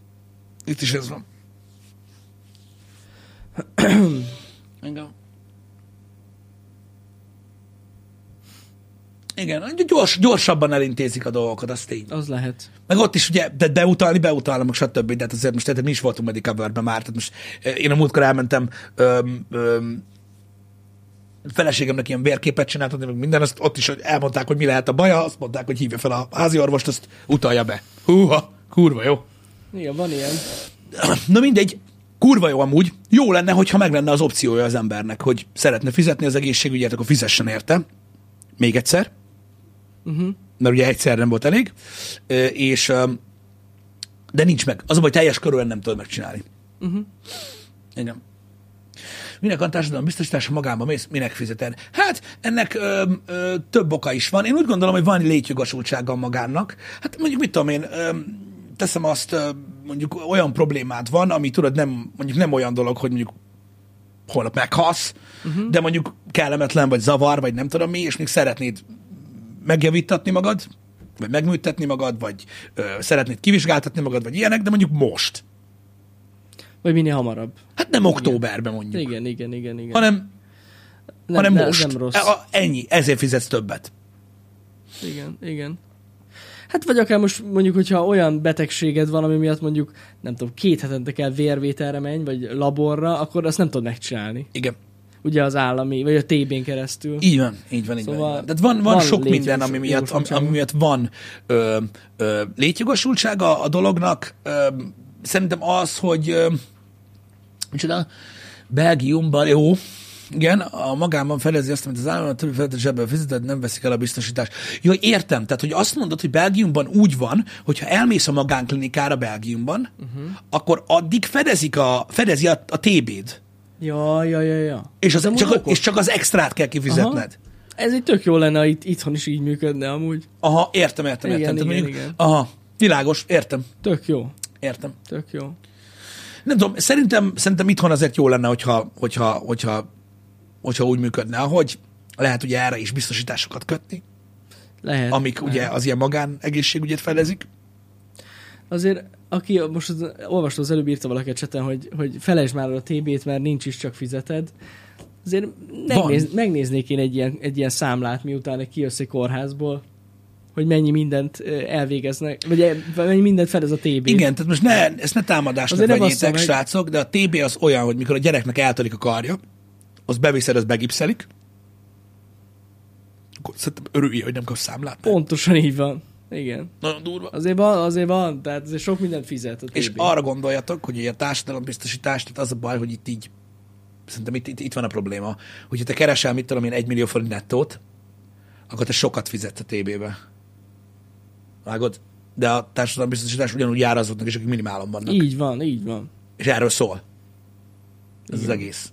Speaker 1: Igen. Igen, gyorsabban elintézik a dolgokat, az tény.
Speaker 2: Az lehet.
Speaker 1: Meg ott is ugye, de beutálnak, stb. De hát azért most tehát mi is voltunk Medicoverben már, tehát most én a múltkor elmentem feleségemnek ilyen vérképet csináltatni, meg minden, azt ott is elmondták, hogy mi lehet a baja, azt mondták, hogy hívja fel a házi orvost, azt utalja be. Húha, kurva jó.
Speaker 2: Igen, van ilyen.
Speaker 1: Na mindegy, kurva jó amúgy. Jó lenne, hogyha meg lenne az opciója az embernek, hogy szeretne fizetni az egészségügyet, akkor fizessen érte. Még egyszer. Mert ugye egyszer nem volt elég. És de nincs meg. Az a baj, teljes körülön nem tudod megcsinálni. Igen. Minek van társadalom biztosítása magában mész, minek fizeted? Hát ennek több oka is van. Én úgy gondolom, hogy van létjogosultsága magánnak. Hát mondjuk mit tudom én, teszem azt, mondjuk olyan problémád van, ami tudod mondjuk nem olyan dolog, hogy mondjuk holnap meghalsz, de mondjuk kellemetlen, vagy zavar, vagy nem tudom mi, és még szeretnéd megjavítatni magad, vagy megműtetni magad, vagy szeretnéd kivizsgáltatni magad, vagy ilyenek, de mondjuk most.
Speaker 2: Vagy minél hamarabb.
Speaker 1: Hát nem októberben mondjuk,
Speaker 2: Igen.
Speaker 1: hanem
Speaker 2: Nem
Speaker 1: most.
Speaker 2: Nem rossz.
Speaker 1: Ennyi, ezért fizetsz többet.
Speaker 2: Igen. Hát vagy akár most mondjuk, hogyha olyan betegséged van, ami miatt mondjuk, nem tudom, 2 hetente kell vérvételre menj, vagy laborra, akkor azt nem tudod megcsinálni.
Speaker 1: Igen.
Speaker 2: Ugye az állami, vagy a TB-n keresztül.
Speaker 1: Így van.
Speaker 2: Szóval
Speaker 1: Tehát van sok
Speaker 2: létjogos-
Speaker 1: minden, ami miatt van létjogosultsága a dolognak. Szerintem az, hogy micsoda, Belgiumban, jó, igen, a magában fedezi azt, amit az állam a többi feladatot zsebből fizeted, nem veszik el a biztosítást. Jó, értem. Tehát, hogy azt mondod, hogy Belgiumban úgy van, hogyha elmész a magánklinikára Belgiumban, akkor addig fedezi a TB-d.
Speaker 2: Ja.
Speaker 1: És,
Speaker 2: amúgy okos.
Speaker 1: és csak az extrát kell kifizetned.
Speaker 2: Ez így tök jó lenne, ha itthon is így működne amúgy.
Speaker 1: Aha, értem.
Speaker 2: Igen,
Speaker 1: Tehát
Speaker 2: igen,
Speaker 1: mondjuk,
Speaker 2: igen.
Speaker 1: Aha, világos, értem.
Speaker 2: Tök jó.
Speaker 1: Értem.
Speaker 2: Tök jó.
Speaker 1: Nem tudom, szerintem itthon azért jó lenne, hogyha úgy működne, ahogy lehet ugye erre is biztosításokat kötni,
Speaker 2: Lehet.
Speaker 1: amik ugye az ilyen magánegészségügyet felezik.
Speaker 2: Azért, aki most olvastam az előbb, írta valaki a cseten, hogy felejtsd már el a TB-t, mert nincs is, csak fizeted. Azért megnéznék én egy ilyen számlát, miután kijössz egy kórházból, hogy mennyi mindent elvégeznek, vagy mennyi mindent fedez a TB.
Speaker 1: Igen, tehát most ezt ne támadásnak vegyétek, srácok, de a TB az olyan, hogy mikor a gyereknek eltörik a karja, azt beviszed, azt begipszelik, akkor szerintem örülj, hogy nem kapsz számlát.
Speaker 2: Pontosan így van. Igen.
Speaker 1: Nagyon durva.
Speaker 2: Azért van, tehát azért sok mindent fizet a TB.
Speaker 1: És arra gondoljatok, hogy a társadalombiztosítás, tehát az a baj, hogy szerintem itt van a probléma, hogyha te keresel, mit tudom én, 1 millió forint nettót, akkor te sokat fizetsz a TB-be. Vágod? De a társadalombiztosítás ugyanúgy jár azoknak is, akik minimálon vannak.
Speaker 2: Így van.
Speaker 1: És erről szól. Ez
Speaker 2: Igen.
Speaker 1: az egész.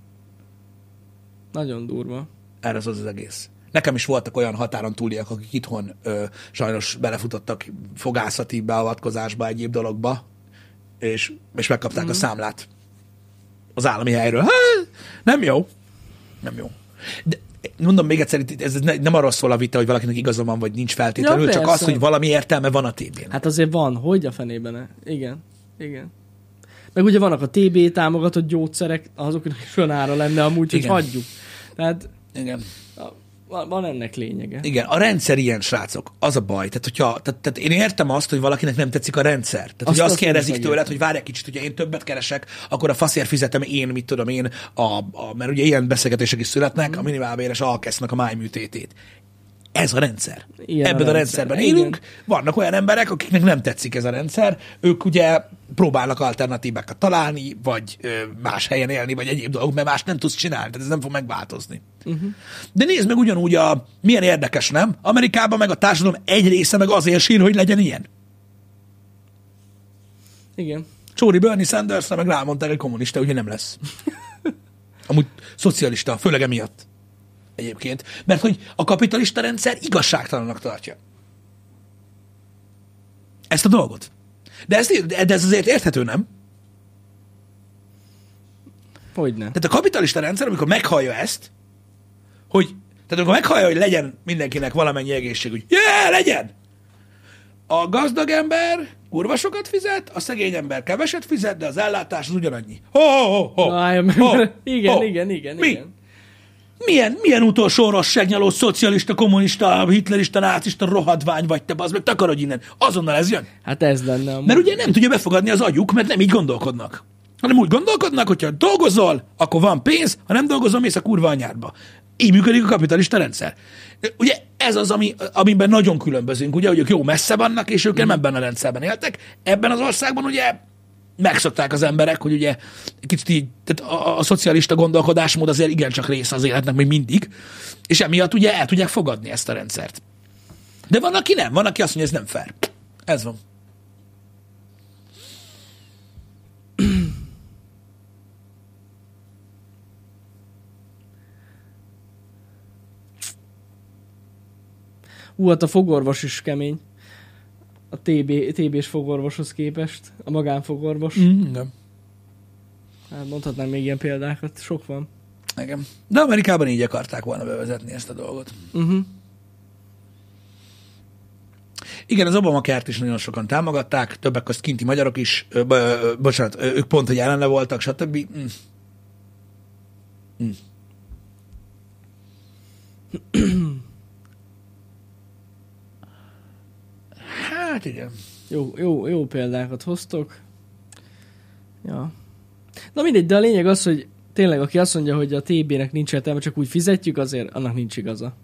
Speaker 2: Nagyon durva.
Speaker 1: Erről szól az egész. Nekem is voltak olyan határon túliak, akik itthon sajnos belefutottak fogászati beavatkozásba, egyéb dologba, és megkapták a számlát az állami helyről. Nem jó. De mondom még egyszer, ez nem arról szól a vita, hogy valakinek igaza van, vagy nincs feltétlenül, csak az, hogy valami értelme van a TB-nek.
Speaker 2: Hát azért van, hogy a fenében. Igen. Meg ugye vannak a TB támogatott gyógyszerek, azoknak is fölára lenne amúgy, hogy hagyjuk. Tehát
Speaker 1: igen.
Speaker 2: Van ennek lényege.
Speaker 1: Igen, a rendszer ilyen, srácok, az a baj. Tehát én értem azt, hogy valakinek nem tetszik a rendszer. Tehát hogy azt kérdezik tőled, hogy várj egy kicsit, hogyha én többet keresek, akkor a faszért fizetem én, mit tudom én, mert ugye ilyen beszélgetések is születnek, a minimálbéres alkesznek a májműtétét. Ez a rendszer. Ebben a rendszerben élünk. Vannak olyan emberek, akiknek nem tetszik ez a rendszer, ők ugye próbálnak alternatívákat találni, vagy más helyen élni, vagy egyéb dolgok, mert más nem tudsz csinálni, tehát ez nem fog megváltozni. De nézd meg ugyanúgy, milyen érdekes, nem? Amerikában meg a társadalom egy része meg azért sír, hogy legyen ilyen.
Speaker 2: Igen.
Speaker 1: Csóri Bernie Sandersra meg rámondták, hogy kommunista, ugye nem lesz. Amúgy szocialista, főleg emiatt. Egyébként. Mert hogy a kapitalista rendszer igazságtalannak tartja ezt a dolgot. De ez azért érthető, nem?
Speaker 2: Hogyne.
Speaker 1: Tehát a kapitalista rendszer, amikor meghallja ezt, tehát amikor meghallja, hogy legyen mindenkinek valamennyi egészségügy, legyen! A gazdag ember kurva sokat fizet, a szegény ember keveset fizet, de az ellátás az ugyanannyi.
Speaker 2: Igen.
Speaker 1: Milyen utolsó rosságnyaló, szocialista, kommunista, hitlerista, nácista rohadvány vagy te, bazd meg, takarodj innen. Azonnal ez jön.
Speaker 2: Hát ez lenne.
Speaker 1: Mert ugye nem tudja befogadni az agyuk, mert nem így gondolkodnak. Hanem úgy gondolkodnak, hogyha dolgozol, akkor van pénz, ha nem dolgozol, mész a kurva anyádba. Így működik a kapitalista rendszer. Ugye ez az, amiben nagyon különbözünk, ugye, hogy ők jó messze vannak, és ők nem ebben a rendszerben éltek. Ebben az országban ugye megszokták az emberek, hogy ugye kicsit így, tehát a szocialista gondolkodásmód azért igencsak része az életnek még mindig, és emiatt ugye el tudják fogadni ezt a rendszert. De van, aki nem, van, aki azt mondja, ez nem fair. Ez van.
Speaker 2: Hát a fogorvos is kemény. A TB-s fogorvoshoz képest. A magánfogorvos.
Speaker 1: Igen.
Speaker 2: Hát mondhatnám még ilyen példákat. Sok van.
Speaker 1: Igen. De Amerikában így akarták volna bevezetni ezt a dolgot. Igen, az Obamacare-t is nagyon sokan támogatták, többek között kinti magyarok is, bocsánat, ők pont, hogy ellene voltak, stb. Hát igen.
Speaker 2: Jó példákat hoztok. Ja. Na mindegy, de a lényeg az, hogy tényleg, aki azt mondja, hogy a TB-nek nincs értelme, csak úgy fizetjük, azért annak nincs igaza.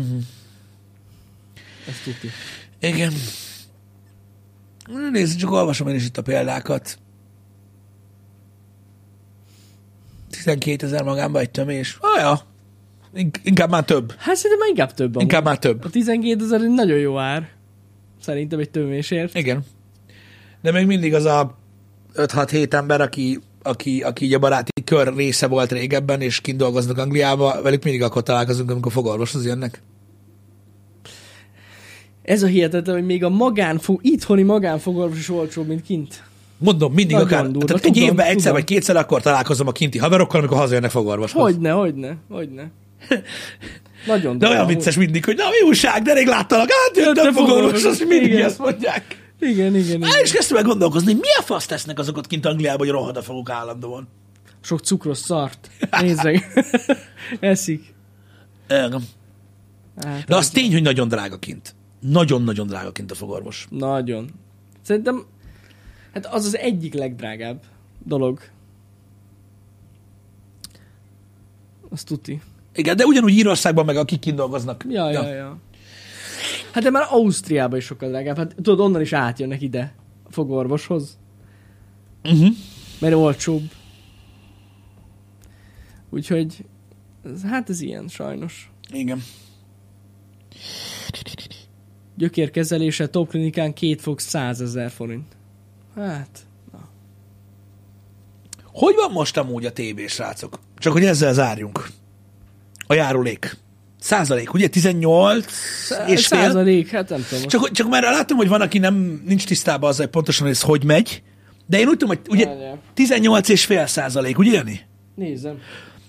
Speaker 2: Ezt tudjuk.
Speaker 1: Igen. Nézd, csak olvasom én is itt a példákat. 12 000 magánba egy tömés. Inkább már több.
Speaker 2: Hát szerintem már inkább több.
Speaker 1: Inkább már több.
Speaker 2: A 12 000 egy nagyon jó ár. Szerintem egy tömésért.
Speaker 1: Igen. De még mindig az a 5-6-7 ember, aki így a baráti kör része volt régebben, és kint dolgoznak Angliába, velük mindig akkor találkozunk, amikor fogorvoshoz jönnek.
Speaker 2: Ez a hihetetlen, hogy még a itthoni magánfogorvos is olcsóbb, mint kint.
Speaker 1: Mondom, mindig
Speaker 2: Nagyon
Speaker 1: akár,
Speaker 2: durva,
Speaker 1: tehát egy
Speaker 2: tudom,
Speaker 1: évben egyszer
Speaker 2: tudom.
Speaker 1: vagy kétszer akkor találkozom a kinti haverokkal, amikor hazajönnek fogorvoshoz.
Speaker 2: Hogyne. Nagyon
Speaker 1: De olyan
Speaker 2: durva.
Speaker 1: vicces mindig, hogy na, mi újság, de rég láttalak, jöttem
Speaker 2: Jöttem
Speaker 1: fogorvoshoz,
Speaker 2: fogorvoshoz,
Speaker 1: mindig
Speaker 2: igen.
Speaker 1: ezt mondják.
Speaker 2: Igen.
Speaker 1: És kezdtem el gondolkozni, hogy milyen faszt tesznek azok ott kint Angliában, hogy rohad a fogok állandóan.
Speaker 2: Sok cukros szart. Nézd meg. Eszik.
Speaker 1: Igen.
Speaker 2: Hát,
Speaker 1: De az tény, hogy nagyon drága kint. Nagyon-nagyon drága kint a fogorvos.
Speaker 2: Nagyon. Szerintem, hát az az egyik legdrágább dolog. Azt tuti.
Speaker 1: Igen, de ugyanúgy Írországban meg akik kint dolgoznak.
Speaker 2: Ja. Hát de már Ausztriában is sokkal drágább. Hát tudod, onnan is átjönnek ide a fogorvoshoz.
Speaker 1: Uh-huh.
Speaker 2: Mert olcsóbb. Úgyhogy, hát ez ilyen sajnos.
Speaker 1: Igen.
Speaker 2: Gyökérkezelése top klinikán 2 fok 100 000 forint. Hát, na.
Speaker 1: Hogy van most amúgy a TB, srácok? Csak hogy ezzel zárjunk. A járulék. Százalék, ugye? 18 és fél?
Speaker 2: Százalék, hát nem tudom.
Speaker 1: Csak már láttam, hogy van, aki nincs tisztában azzal, hogy pontosan ez hogy megy, de én úgy tudom, hogy ugye
Speaker 2: Várjál.
Speaker 1: 18,5%, ugye Jani?
Speaker 2: Nézzem.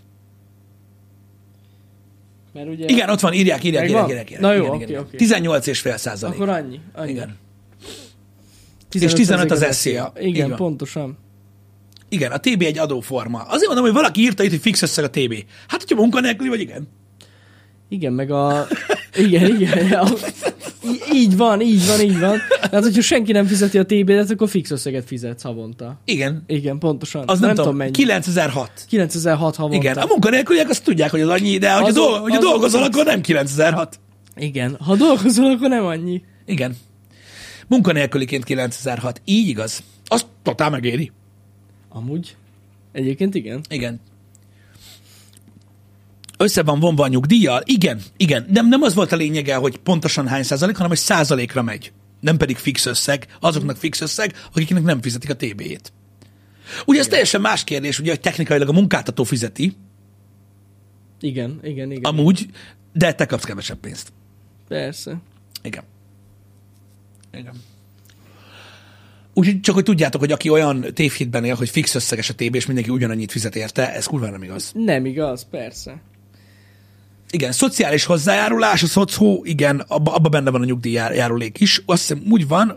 Speaker 2: Mert ugye...
Speaker 1: Igen, ott van, írják.
Speaker 2: Megvan? Na jó,
Speaker 1: igen.
Speaker 2: oké.
Speaker 1: 18,5%.
Speaker 2: Akkor annyi.
Speaker 1: Igen. És 15 az SZIA. Így
Speaker 2: Igen,
Speaker 1: van.
Speaker 2: pontosan.
Speaker 1: Igen, a TB egy adóforma. Azért mondom, hogy valaki írta itt, hogy fix összeg a TB. Hát, hogyha munkanélküli vagy, igen.
Speaker 2: Igen, meg a... Igen. Ja. Így van. Tehát, hogyha senki nem fizeti a TB-et, akkor fix összeget fizetsz havonta.
Speaker 1: Igen.
Speaker 2: Igen, pontosan.
Speaker 1: Az nem tudom,
Speaker 2: mennyi.
Speaker 1: 9006.
Speaker 2: 9006 havonta.
Speaker 1: Igen, a munkanélküliek azt tudják, hogy az annyi, de hogyha dolgozol, akkor nem 9006.
Speaker 2: Igen, ha dolgozol, akkor nem annyi.
Speaker 1: Igen. Munkanélküliként 9006. Így igaz. Azt totál megéri.
Speaker 2: Amúgy. Egyébként igen.
Speaker 1: Igen. Össze van vonva a nyugdíjjal? Igen. Nem az volt a lényege, hogy pontosan hány százalék, hanem hogy százalékra megy. Nem pedig fix összeg, azoknak fix összeg, akiknek nem fizetik a TB-jét. Ugye ez teljesen más kérdés, ugye, hogy technikailag a munkáltató fizeti,
Speaker 2: Igen.
Speaker 1: amúgy, de te kapsz kevesebb pénzt.
Speaker 2: Persze.
Speaker 1: Igen. Úgyhogy csak, hogy tudjátok, hogy aki olyan tévhitben él, hogy fix összeges a TB, és mindenki ugyanannyit fizet érte, ez kurva nem igaz.
Speaker 2: Nem igaz, persze.
Speaker 1: Igen, szociális hozzájárulás, a szocó, igen, abba benne van a nyugdíjjárulék is. Azt hiszem úgy van,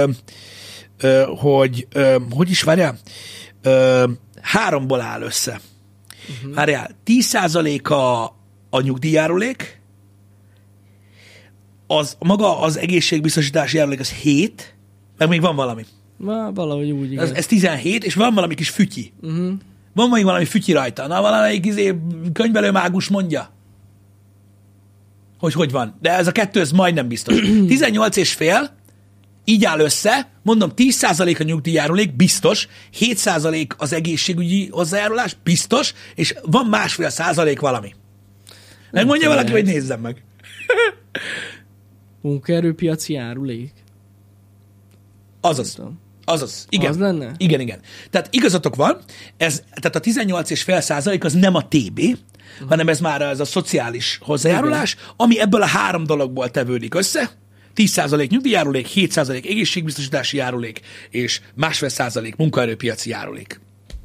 Speaker 1: hogy is várjál? 3-ból áll össze. Várjál, 10% a nyugdíjjárulék, maga az egészségbiztosítási járulék az 7, meg még van valami.
Speaker 2: Valahogy úgy, igen.
Speaker 1: Ez 17, és van valami kis fütyi. Van még valami fütyi rajta. Na, valamelyik könyvelőmágus mondja, hogy van. De ez a kettő, ez majdnem biztos. 18,5, így áll össze, mondom, 10% a nyugdíjjárulék, biztos, 7% az egészségügyi hozzájárulás, biztos, és van 1,5% valami. Megmondja valaki, hogy nézzem meg.
Speaker 2: Munkaerőpiaci járulék.
Speaker 1: Azaz. Igen.
Speaker 2: Az lenne?
Speaker 1: Igen. Tehát igazatok van, tehát a 18,5% az nem a TB, hanem ez már ez a szociális hozzájárulás, ami ebből a 3 dologból tevődik össze. 10% nyugdíjjárulék, 7% egészségbiztosítási járulék, és 1,5% munkaerőpiaci járulék.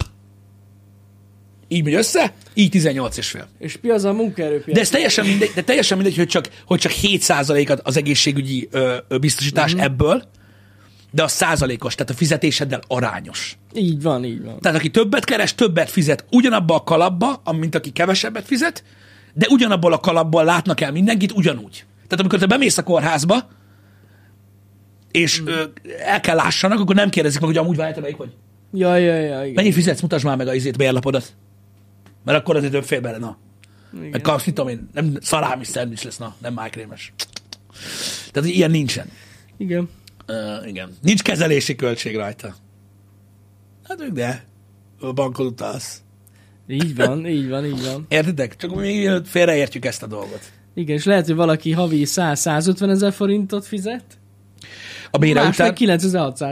Speaker 1: Így megy össze, így 18,5.
Speaker 2: És mi az a munkaerőpiaci?
Speaker 1: De ez teljesen mindegy, hogy csak 7% az egészségügyi biztosítás ebből, de a százalékos, tehát a fizetéseddel arányos.
Speaker 2: Így van.
Speaker 1: Tehát aki többet keres, többet fizet ugyanabba a kalapba, mint aki kevesebbet fizet, de ugyanabból a kalapból látnak el mindenkit ugyanúgy. Tehát amikor te bemész a kórházba, és el kell lássanak, akkor nem kérdezik meg, hogy amúgy várjátok, melyik vagy.
Speaker 2: Ja, igen.
Speaker 1: Mennyit fizetsz? Mutasd már meg a bérlapodat. Mert akkor azért több fél bele, na.
Speaker 2: Igen.
Speaker 1: Meg kapsz, mit tudom én, nem szalámi szendvics lesz, na, nem májkrémes. Tehát ilyen nincsen.
Speaker 2: Igen.
Speaker 1: Igen. Nincs kezelési költség rajta. Hát ők de. A bankod utalsz.
Speaker 2: Így van.
Speaker 1: Értitek? Csak még félreértjük ezt a dolgot.
Speaker 2: Igen, és lehet, hogy valaki havi 100-150 ezer forintot fizet,
Speaker 1: A bére
Speaker 2: más
Speaker 1: után...
Speaker 2: meg 9600-at.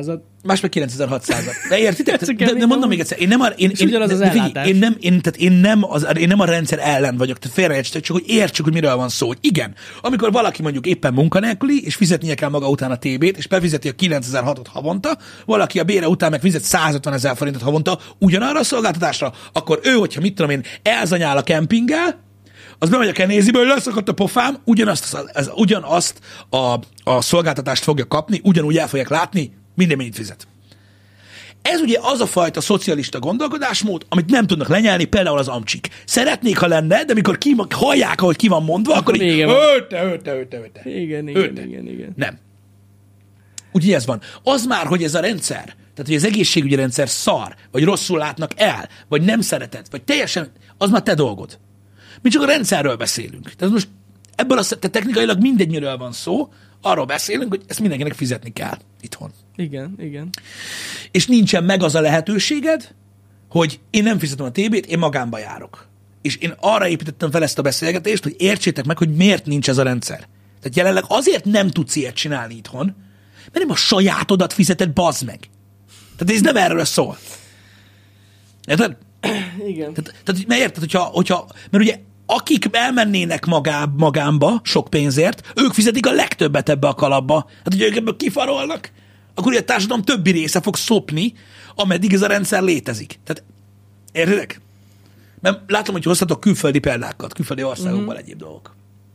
Speaker 1: Más meg 9600. De értitek?
Speaker 2: Ez a
Speaker 1: De
Speaker 2: kemény
Speaker 1: mondom
Speaker 2: dolog.
Speaker 1: még egyszer, én nem a, én,
Speaker 2: És ugyanaz az
Speaker 1: de figyelj,
Speaker 2: ellátás.
Speaker 1: én nem a rendszer ellen vagyok, tehát félreértsetek, csak hogy értsük, hogy miről van szó. Hogy igen, amikor valaki mondjuk éppen munkanélküli, és fizetnie kell maga után a TB-t, és befizeti a 9600-ot havonta, valaki a bére után meg fizet 150 000 forintot havonta ugyanarra a szolgáltatásra, akkor ő, hogyha mit tudom én, elzanyál a kempinggel, az bemegy a kenéziből, leszakadt a pofám, ugyanazt a szolgáltatást fogja kapni, ugyanúgy el fogják látni, minden mennyit fizet. Ez ugye az a fajta szocialista gondolkodásmód, amit nem tudnak lenyelni, például az amcsik. Szeretnék, ha lenne, de mikor hallják, ahogy ki van mondva, akkor így, ötte.
Speaker 2: Igen.
Speaker 1: Nem. Úgyhogy ez van. Az már, hogy ez a rendszer, tehát hogy az egészségügyi rendszer szar, vagy rosszul látnak el, vagy nem szereted, vagy teljesen, az már te dolgod. Mi csak a rendszerről beszélünk. Tehát most ebből tehát technikailag mindegy, miről van szó, arról beszélünk, hogy ezt mindenkinek fizetni kell itthon.
Speaker 2: Igen.
Speaker 1: És nincsen meg az a lehetőséged, hogy én nem fizetem a TB-t, én magánba járok. És én arra építettem fel ezt a beszélgetést, hogy értsétek meg, hogy miért nincs ez a rendszer. Tehát jelenleg azért nem tudsz ilyet csinálni itthon, mert nem a sajátodat fizeted, bazd meg. Tehát ez nem erről szól. Érted?
Speaker 2: Igen.
Speaker 1: Tehát mert érted, mert ugye akik elmennének magánba sok pénzért, ők fizetik a legtöbbet ebbe a kalapba. Hát, hogyha ők ebből kifarolnak, akkor ugye a társadalom többi része fog szopni, ameddig ez a rendszer létezik. Tehát, értedek? Mert látom, hogy hoztatok külföldi példákat, külföldi országokban egyéb dolgok.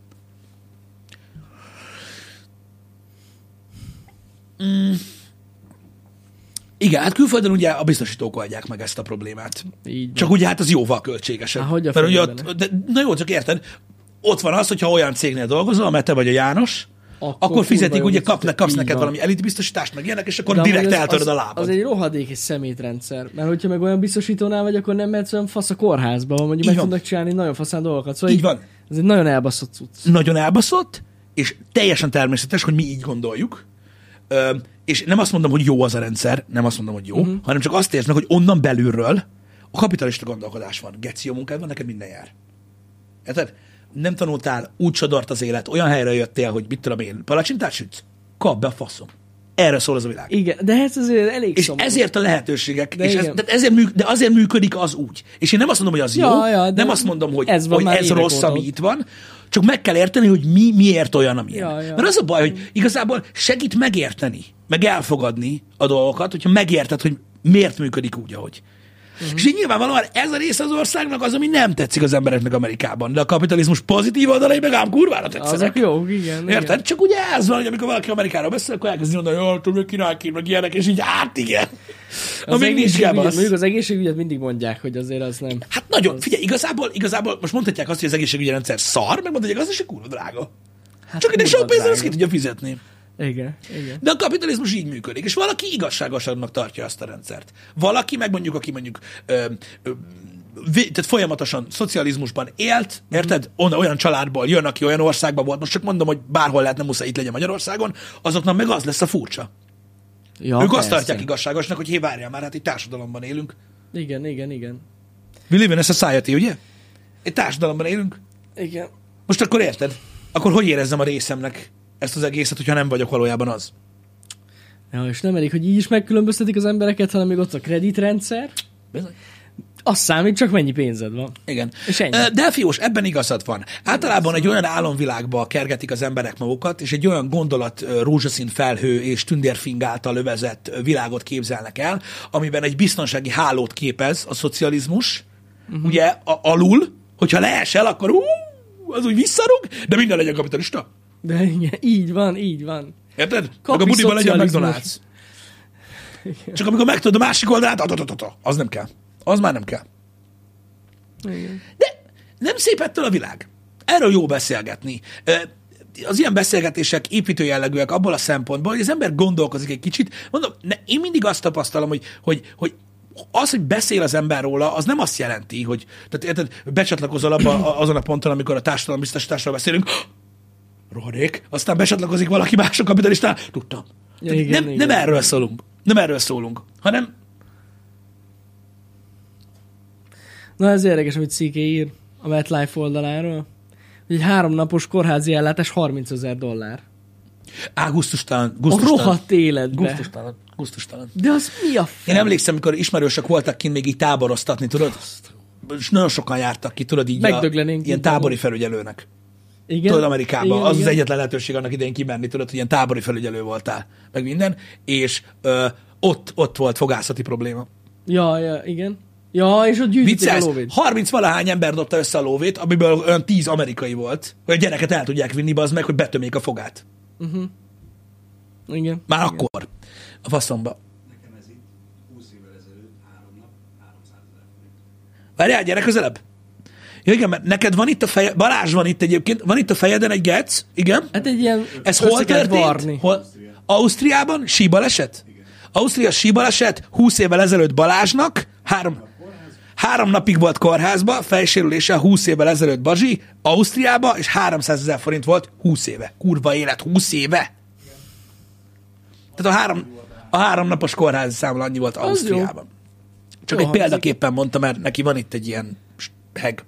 Speaker 1: Igen, hát külföldön ugye a biztosítók oldják meg ezt a problémát.
Speaker 2: Így
Speaker 1: csak ugye hát az jóval költségesebb.
Speaker 2: Há, hogy a
Speaker 1: mert ugye
Speaker 2: fejében?
Speaker 1: na jó, csak érted, ott van az, hogyha olyan cégnél dolgozol, mert te vagy a János, akkor fizetik, ugye kapsz neked valami elitbiztosítást, meg ilyenek, és akkor direkt eltöröd a lábad.
Speaker 2: Az egy rohadék és szemétrendszer. Mert hogyha meg olyan biztosítónál vagy, akkor nem mehetsz olyan fasz a kórházba, ahol mondjuk meg tudnak csinálni nagyon faszán dolgokat. Szóval
Speaker 1: így van.
Speaker 2: Ez egy nagyon elbaszott cucc.
Speaker 1: Nagyon elbaszott, és teljesen természetes, hogy mi így gondoljuk. És nem azt mondom, hogy jó az a rendszer, nem azt mondom, hogy jó, hanem csak azt érzem, hogy onnan belülről a kapitalista gondolkodás van. Geci, jó munkád van, neked minden jár. Érted? Nem tanultál, úgy sodort az élet, olyan helyre jöttél, hogy mit tudom én, palacsintát sütsz? Kap be a faszom. Erre szól az a világ.
Speaker 2: Igen, de ez azért elég
Speaker 1: és
Speaker 2: szomorú.
Speaker 1: ezért a lehetőségek,
Speaker 2: de,
Speaker 1: de azért működik az úgy. És én nem azt mondom, hogy az jó, nem azt mondom, hogy ez rossz, ami itt van, csak meg kell érteni, hogy miért olyan, amilyen. Mert az a baj, hogy igazából segít megérteni, meg elfogadni a dolgokat, hogyha megérted, hogy miért működik úgy, ahogy. És így nyilvánvalóan ez a része az országnak az, ami nem tetszik az embereknek Amerikában. De a kapitalizmus pozitív oldalai meg ám kurvára tetszenek.
Speaker 2: Azok jók, igen.
Speaker 1: Érted?
Speaker 2: Igen.
Speaker 1: Csak ugye ez van, hogy amikor valaki Amerikáról beszél, akkor elkezdi mondani, hogy tudom, királyként, meg ilyenek, és így igen. Amíg nincs gebasz.
Speaker 2: Mondjuk az egészségügyet mindig mondják, hogy azért az nem.
Speaker 1: Hát nagyon, figyelj, igazából most mondhatják azt, hogy az egészségügyi rendszer szar, meg mondhatják azt, hogy kurva drága. Hát csak ide sok pénzt ki tudja fizetni.
Speaker 2: Igen.
Speaker 1: De a kapitalizmus így működik, és valaki igazságosabbnak tartja azt a rendszert. Valaki, meg mondjuk, aki mondjuk tehát folyamatosan szocializmusban élt, érted? Olyan családból jön, aki olyan országban volt, most csak mondom, hogy bárhol lehetne, muszáj itt legyen Magyarországon, azoknak meg az lesz a furcsa.
Speaker 2: Ja,
Speaker 1: ők azt tartják igazságosnak, hogy várjál már, hát egy társadalomban élünk.
Speaker 2: Igen.
Speaker 1: We live in a society, ugye? Egy társadalomban élünk.
Speaker 2: Igen.
Speaker 1: Most akkor érted? Akkor hogy érezzem a részemnek ezt az egészet, hogyha nem vagyok valójában az?
Speaker 2: Ja, és nem elég, hogy így is megkülönböztetik az embereket, hanem még ott a kreditrendszer.
Speaker 1: Bizony.
Speaker 2: Az számít, csak mennyi pénzed van.
Speaker 1: Igen.
Speaker 2: És ennyi.
Speaker 1: Delfiós, ebben igazad van. Általában egy olyan álomvilágba kergetik az emberek magukat, és egy olyan gondolat rózsaszín felhő és tündérfing által övezett világot képzelnek el, amiben egy biztonsági hálót képez a szocializmus, ugye alul, hogyha leesel, akkor az úgy visszarúg, de minden legyen kapitalista.
Speaker 2: De igen, így van.
Speaker 1: Érted? Meg a budiban legyen McDonald's. Csak amikor megtudod a másik oldalát, az nem kell. Az már nem kell.
Speaker 2: Igen.
Speaker 1: De nem szép ettől a világ. Erről jó beszélgetni. Az ilyen beszélgetések építő jellegűek abból a szempontból, hogy az ember gondolkozik egy kicsit. Mondom, én mindig azt tapasztalom, hogy az, hogy beszél az ember róla, az nem azt jelenti, hogy tehát, érted, becsatlakozol azon a ponton, amikor a társadalombiztosításról beszélünk, rohadék, aztán becsatlakozik valaki más a kapitalistán, tudtam.
Speaker 2: Ja, igen.
Speaker 1: Nem erről szólunk. Nem erről szólunk, hanem
Speaker 2: Na ez érdekes, amit Ciké ír a MetLife oldaláról, hogy egy 3 napos kórházi ellátás $30,000.
Speaker 1: Gusztustalan.
Speaker 2: A rohadt életbe.
Speaker 1: Gusztustalan.
Speaker 2: De az mi a
Speaker 1: Én emlékszem, amikor ismerősök voltak kint még így táboroztatni, tudod? És nagyon sokan jártak ki, tudod, így ilyen tábori felügyelőnek.
Speaker 2: Igen?
Speaker 1: Tudod, Amerikában.
Speaker 2: Igen,
Speaker 1: az
Speaker 2: igen.
Speaker 1: az egyetlen lehetőség annak idején kimenni, tudod, hogy ilyen tábori felügyelő voltál, meg minden, és ott volt fogászati probléma.
Speaker 2: Ja, igen. Ja, és ott gyűjtötték a
Speaker 1: Vicces,
Speaker 2: lóvét.
Speaker 1: 30-valahány ember dobta össze a lóvét, amiből olyan 10 amerikai volt, hogy a gyereket el tudják vinni, az meg, hogy betömék a fogát.
Speaker 2: Igen.
Speaker 1: Már
Speaker 2: igen.
Speaker 1: akkor. A faszomba.
Speaker 3: Nekem ez itt 20 évvel ezelőtt 3 nap 300 000 forint.
Speaker 1: Várjál, gyere közelebb. Ja, igen, mert neked van itt a fejed, Balázs van itt egyébként, van itt a fejeden egy gec, igen.
Speaker 2: Hát egy ilyen
Speaker 1: Ez hol
Speaker 2: össze kell
Speaker 1: történt?
Speaker 2: varni.
Speaker 1: Hol? Ausztriában? Síbaleset? Ausztria síbaleset, 20 évvel ezelőtt Balázsnak, 3 napig volt kórházba, fejsérüléssel 20 évvel ezelőtt Bazsi, Ausztriába, és 300 000 forint volt 20 éve. Kurva élet, 20 éve. Tehát a 3 napos kórházi számla annyi volt Ausztriában. Csak
Speaker 2: Jó
Speaker 1: egy példaképpen mondtam, mert neki van itt egy ilyen heg.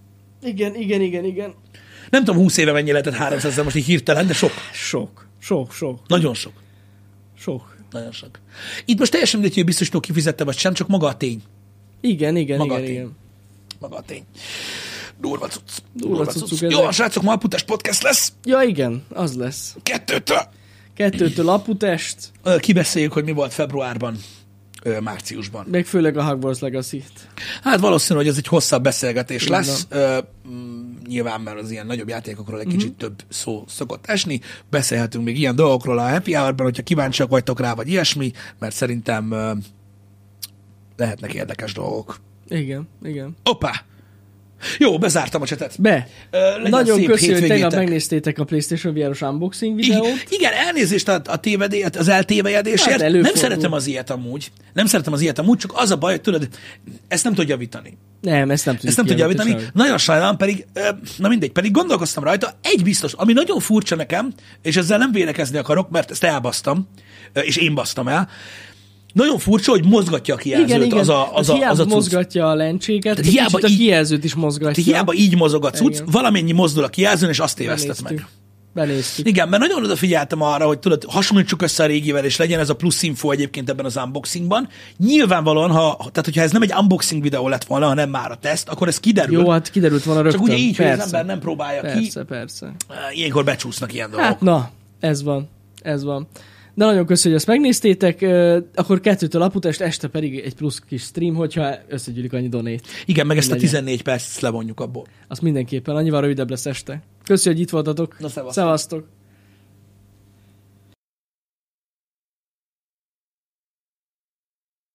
Speaker 2: Igen.
Speaker 1: Nem tudom, 20 éve mennyi lehetett 300 000, most így hirtelen, de sok.
Speaker 2: Sok.
Speaker 1: Nagyon sok. Nagyon sok. Itt most teljesen mindegy, hogy biztosító kifizette, vagy sem, csak maga a tény.
Speaker 2: Igen.
Speaker 1: Maga a tény. Durva cucc.
Speaker 2: Durva cuccuk
Speaker 1: Jó,
Speaker 2: ezek.
Speaker 1: a srácok, ma Aputás podcast lesz.
Speaker 2: Ja, igen, az lesz.
Speaker 1: 2-től.
Speaker 2: 2-től Aputest,
Speaker 1: Kibeszéljük, hogy mi volt februárban, márciusban.
Speaker 2: meg főleg a Hogwarts Legacy-t.
Speaker 1: Hát valószínű, hogy ez egy hosszabb beszélgetés
Speaker 2: Így
Speaker 1: lesz. Nyilván, mert az ilyen nagyobb játékokról egy kicsit több szó szokott esni. Beszélhetünk még ilyen dolgokról a Happy Hour-ban, hogyha kíváncsiak vagytok rá, vagy ilyesmi, mert szerintem lehetnek érdekes dolgok.
Speaker 2: Igen.
Speaker 1: Hoppá! Jó, bezártam a csetet. Legyen
Speaker 2: Nagyon
Speaker 1: szép
Speaker 2: köszi, hogy tegnap
Speaker 1: hétvégétek.
Speaker 2: megnéztétek a PlayStation VR-os unboxing videót.
Speaker 1: Igen, elnézést az eltévejedésért.
Speaker 2: Hát
Speaker 1: Nem
Speaker 2: előfordul.
Speaker 1: szeretem az ilyet amúgy. Csak az a baj, hogy tudod, ezt nem tudja javítani.
Speaker 2: Nem, ezt nem tudjuk
Speaker 1: javítani.
Speaker 2: sehogy.
Speaker 1: Nagyon sajnálom, pedig gondolkoztam rajta. Egy biztos, ami nagyon furcsa nekem, és ezzel nem védekezni akarok, mert ezt elbasztam, és én basztam el. Nagyon furcsa, hogy mozgatja a kijelzőt
Speaker 2: Igen.
Speaker 1: az a
Speaker 2: hiába
Speaker 1: cucc.
Speaker 2: mozgatja a lencséket,
Speaker 1: Tehát hiába
Speaker 2: kicsit a
Speaker 1: így-
Speaker 2: kijelzőt is mozgatja.
Speaker 1: Hiába így mozog a cucc,
Speaker 2: Igen.
Speaker 1: valamennyi mozdul a kijelzőn, és azt tévesztett meg.
Speaker 2: Benéztük.
Speaker 1: Igen, mert nagyon odafigyeltem arra, hogy tudod, hasonlítsuk össze a régivel, és legyen ez a plusz info egyébként ebben az unboxingban. Nyilvánvalóan, hogyha ez nem egy unboxing videó lett volna, hanem már a teszt, akkor ez kiderül.
Speaker 2: Jó, hát kiderült volna rögtön.
Speaker 1: Csak ugye így, hogy
Speaker 2: persze.
Speaker 1: az ember nem próbálja
Speaker 2: Persze.
Speaker 1: ki. Ilyenkor becsúsznak ilyen dolgok.
Speaker 2: Hát na, ez van. De nagyon köszönjük, hogy ezt megnéztétek, akkor 2-től Aputest, este pedig egy plusz kis stream, hogyha összegyűlik annyi donate.
Speaker 1: Igen, meg ezt a
Speaker 2: Legyen.
Speaker 1: 14 percet levonjuk abból.
Speaker 2: Azt mindenképpen, annyival rövidebb lesz este. Köszönjük, hogy itt voltatok.
Speaker 1: Na, szevasztok.
Speaker 2: Szevasztok.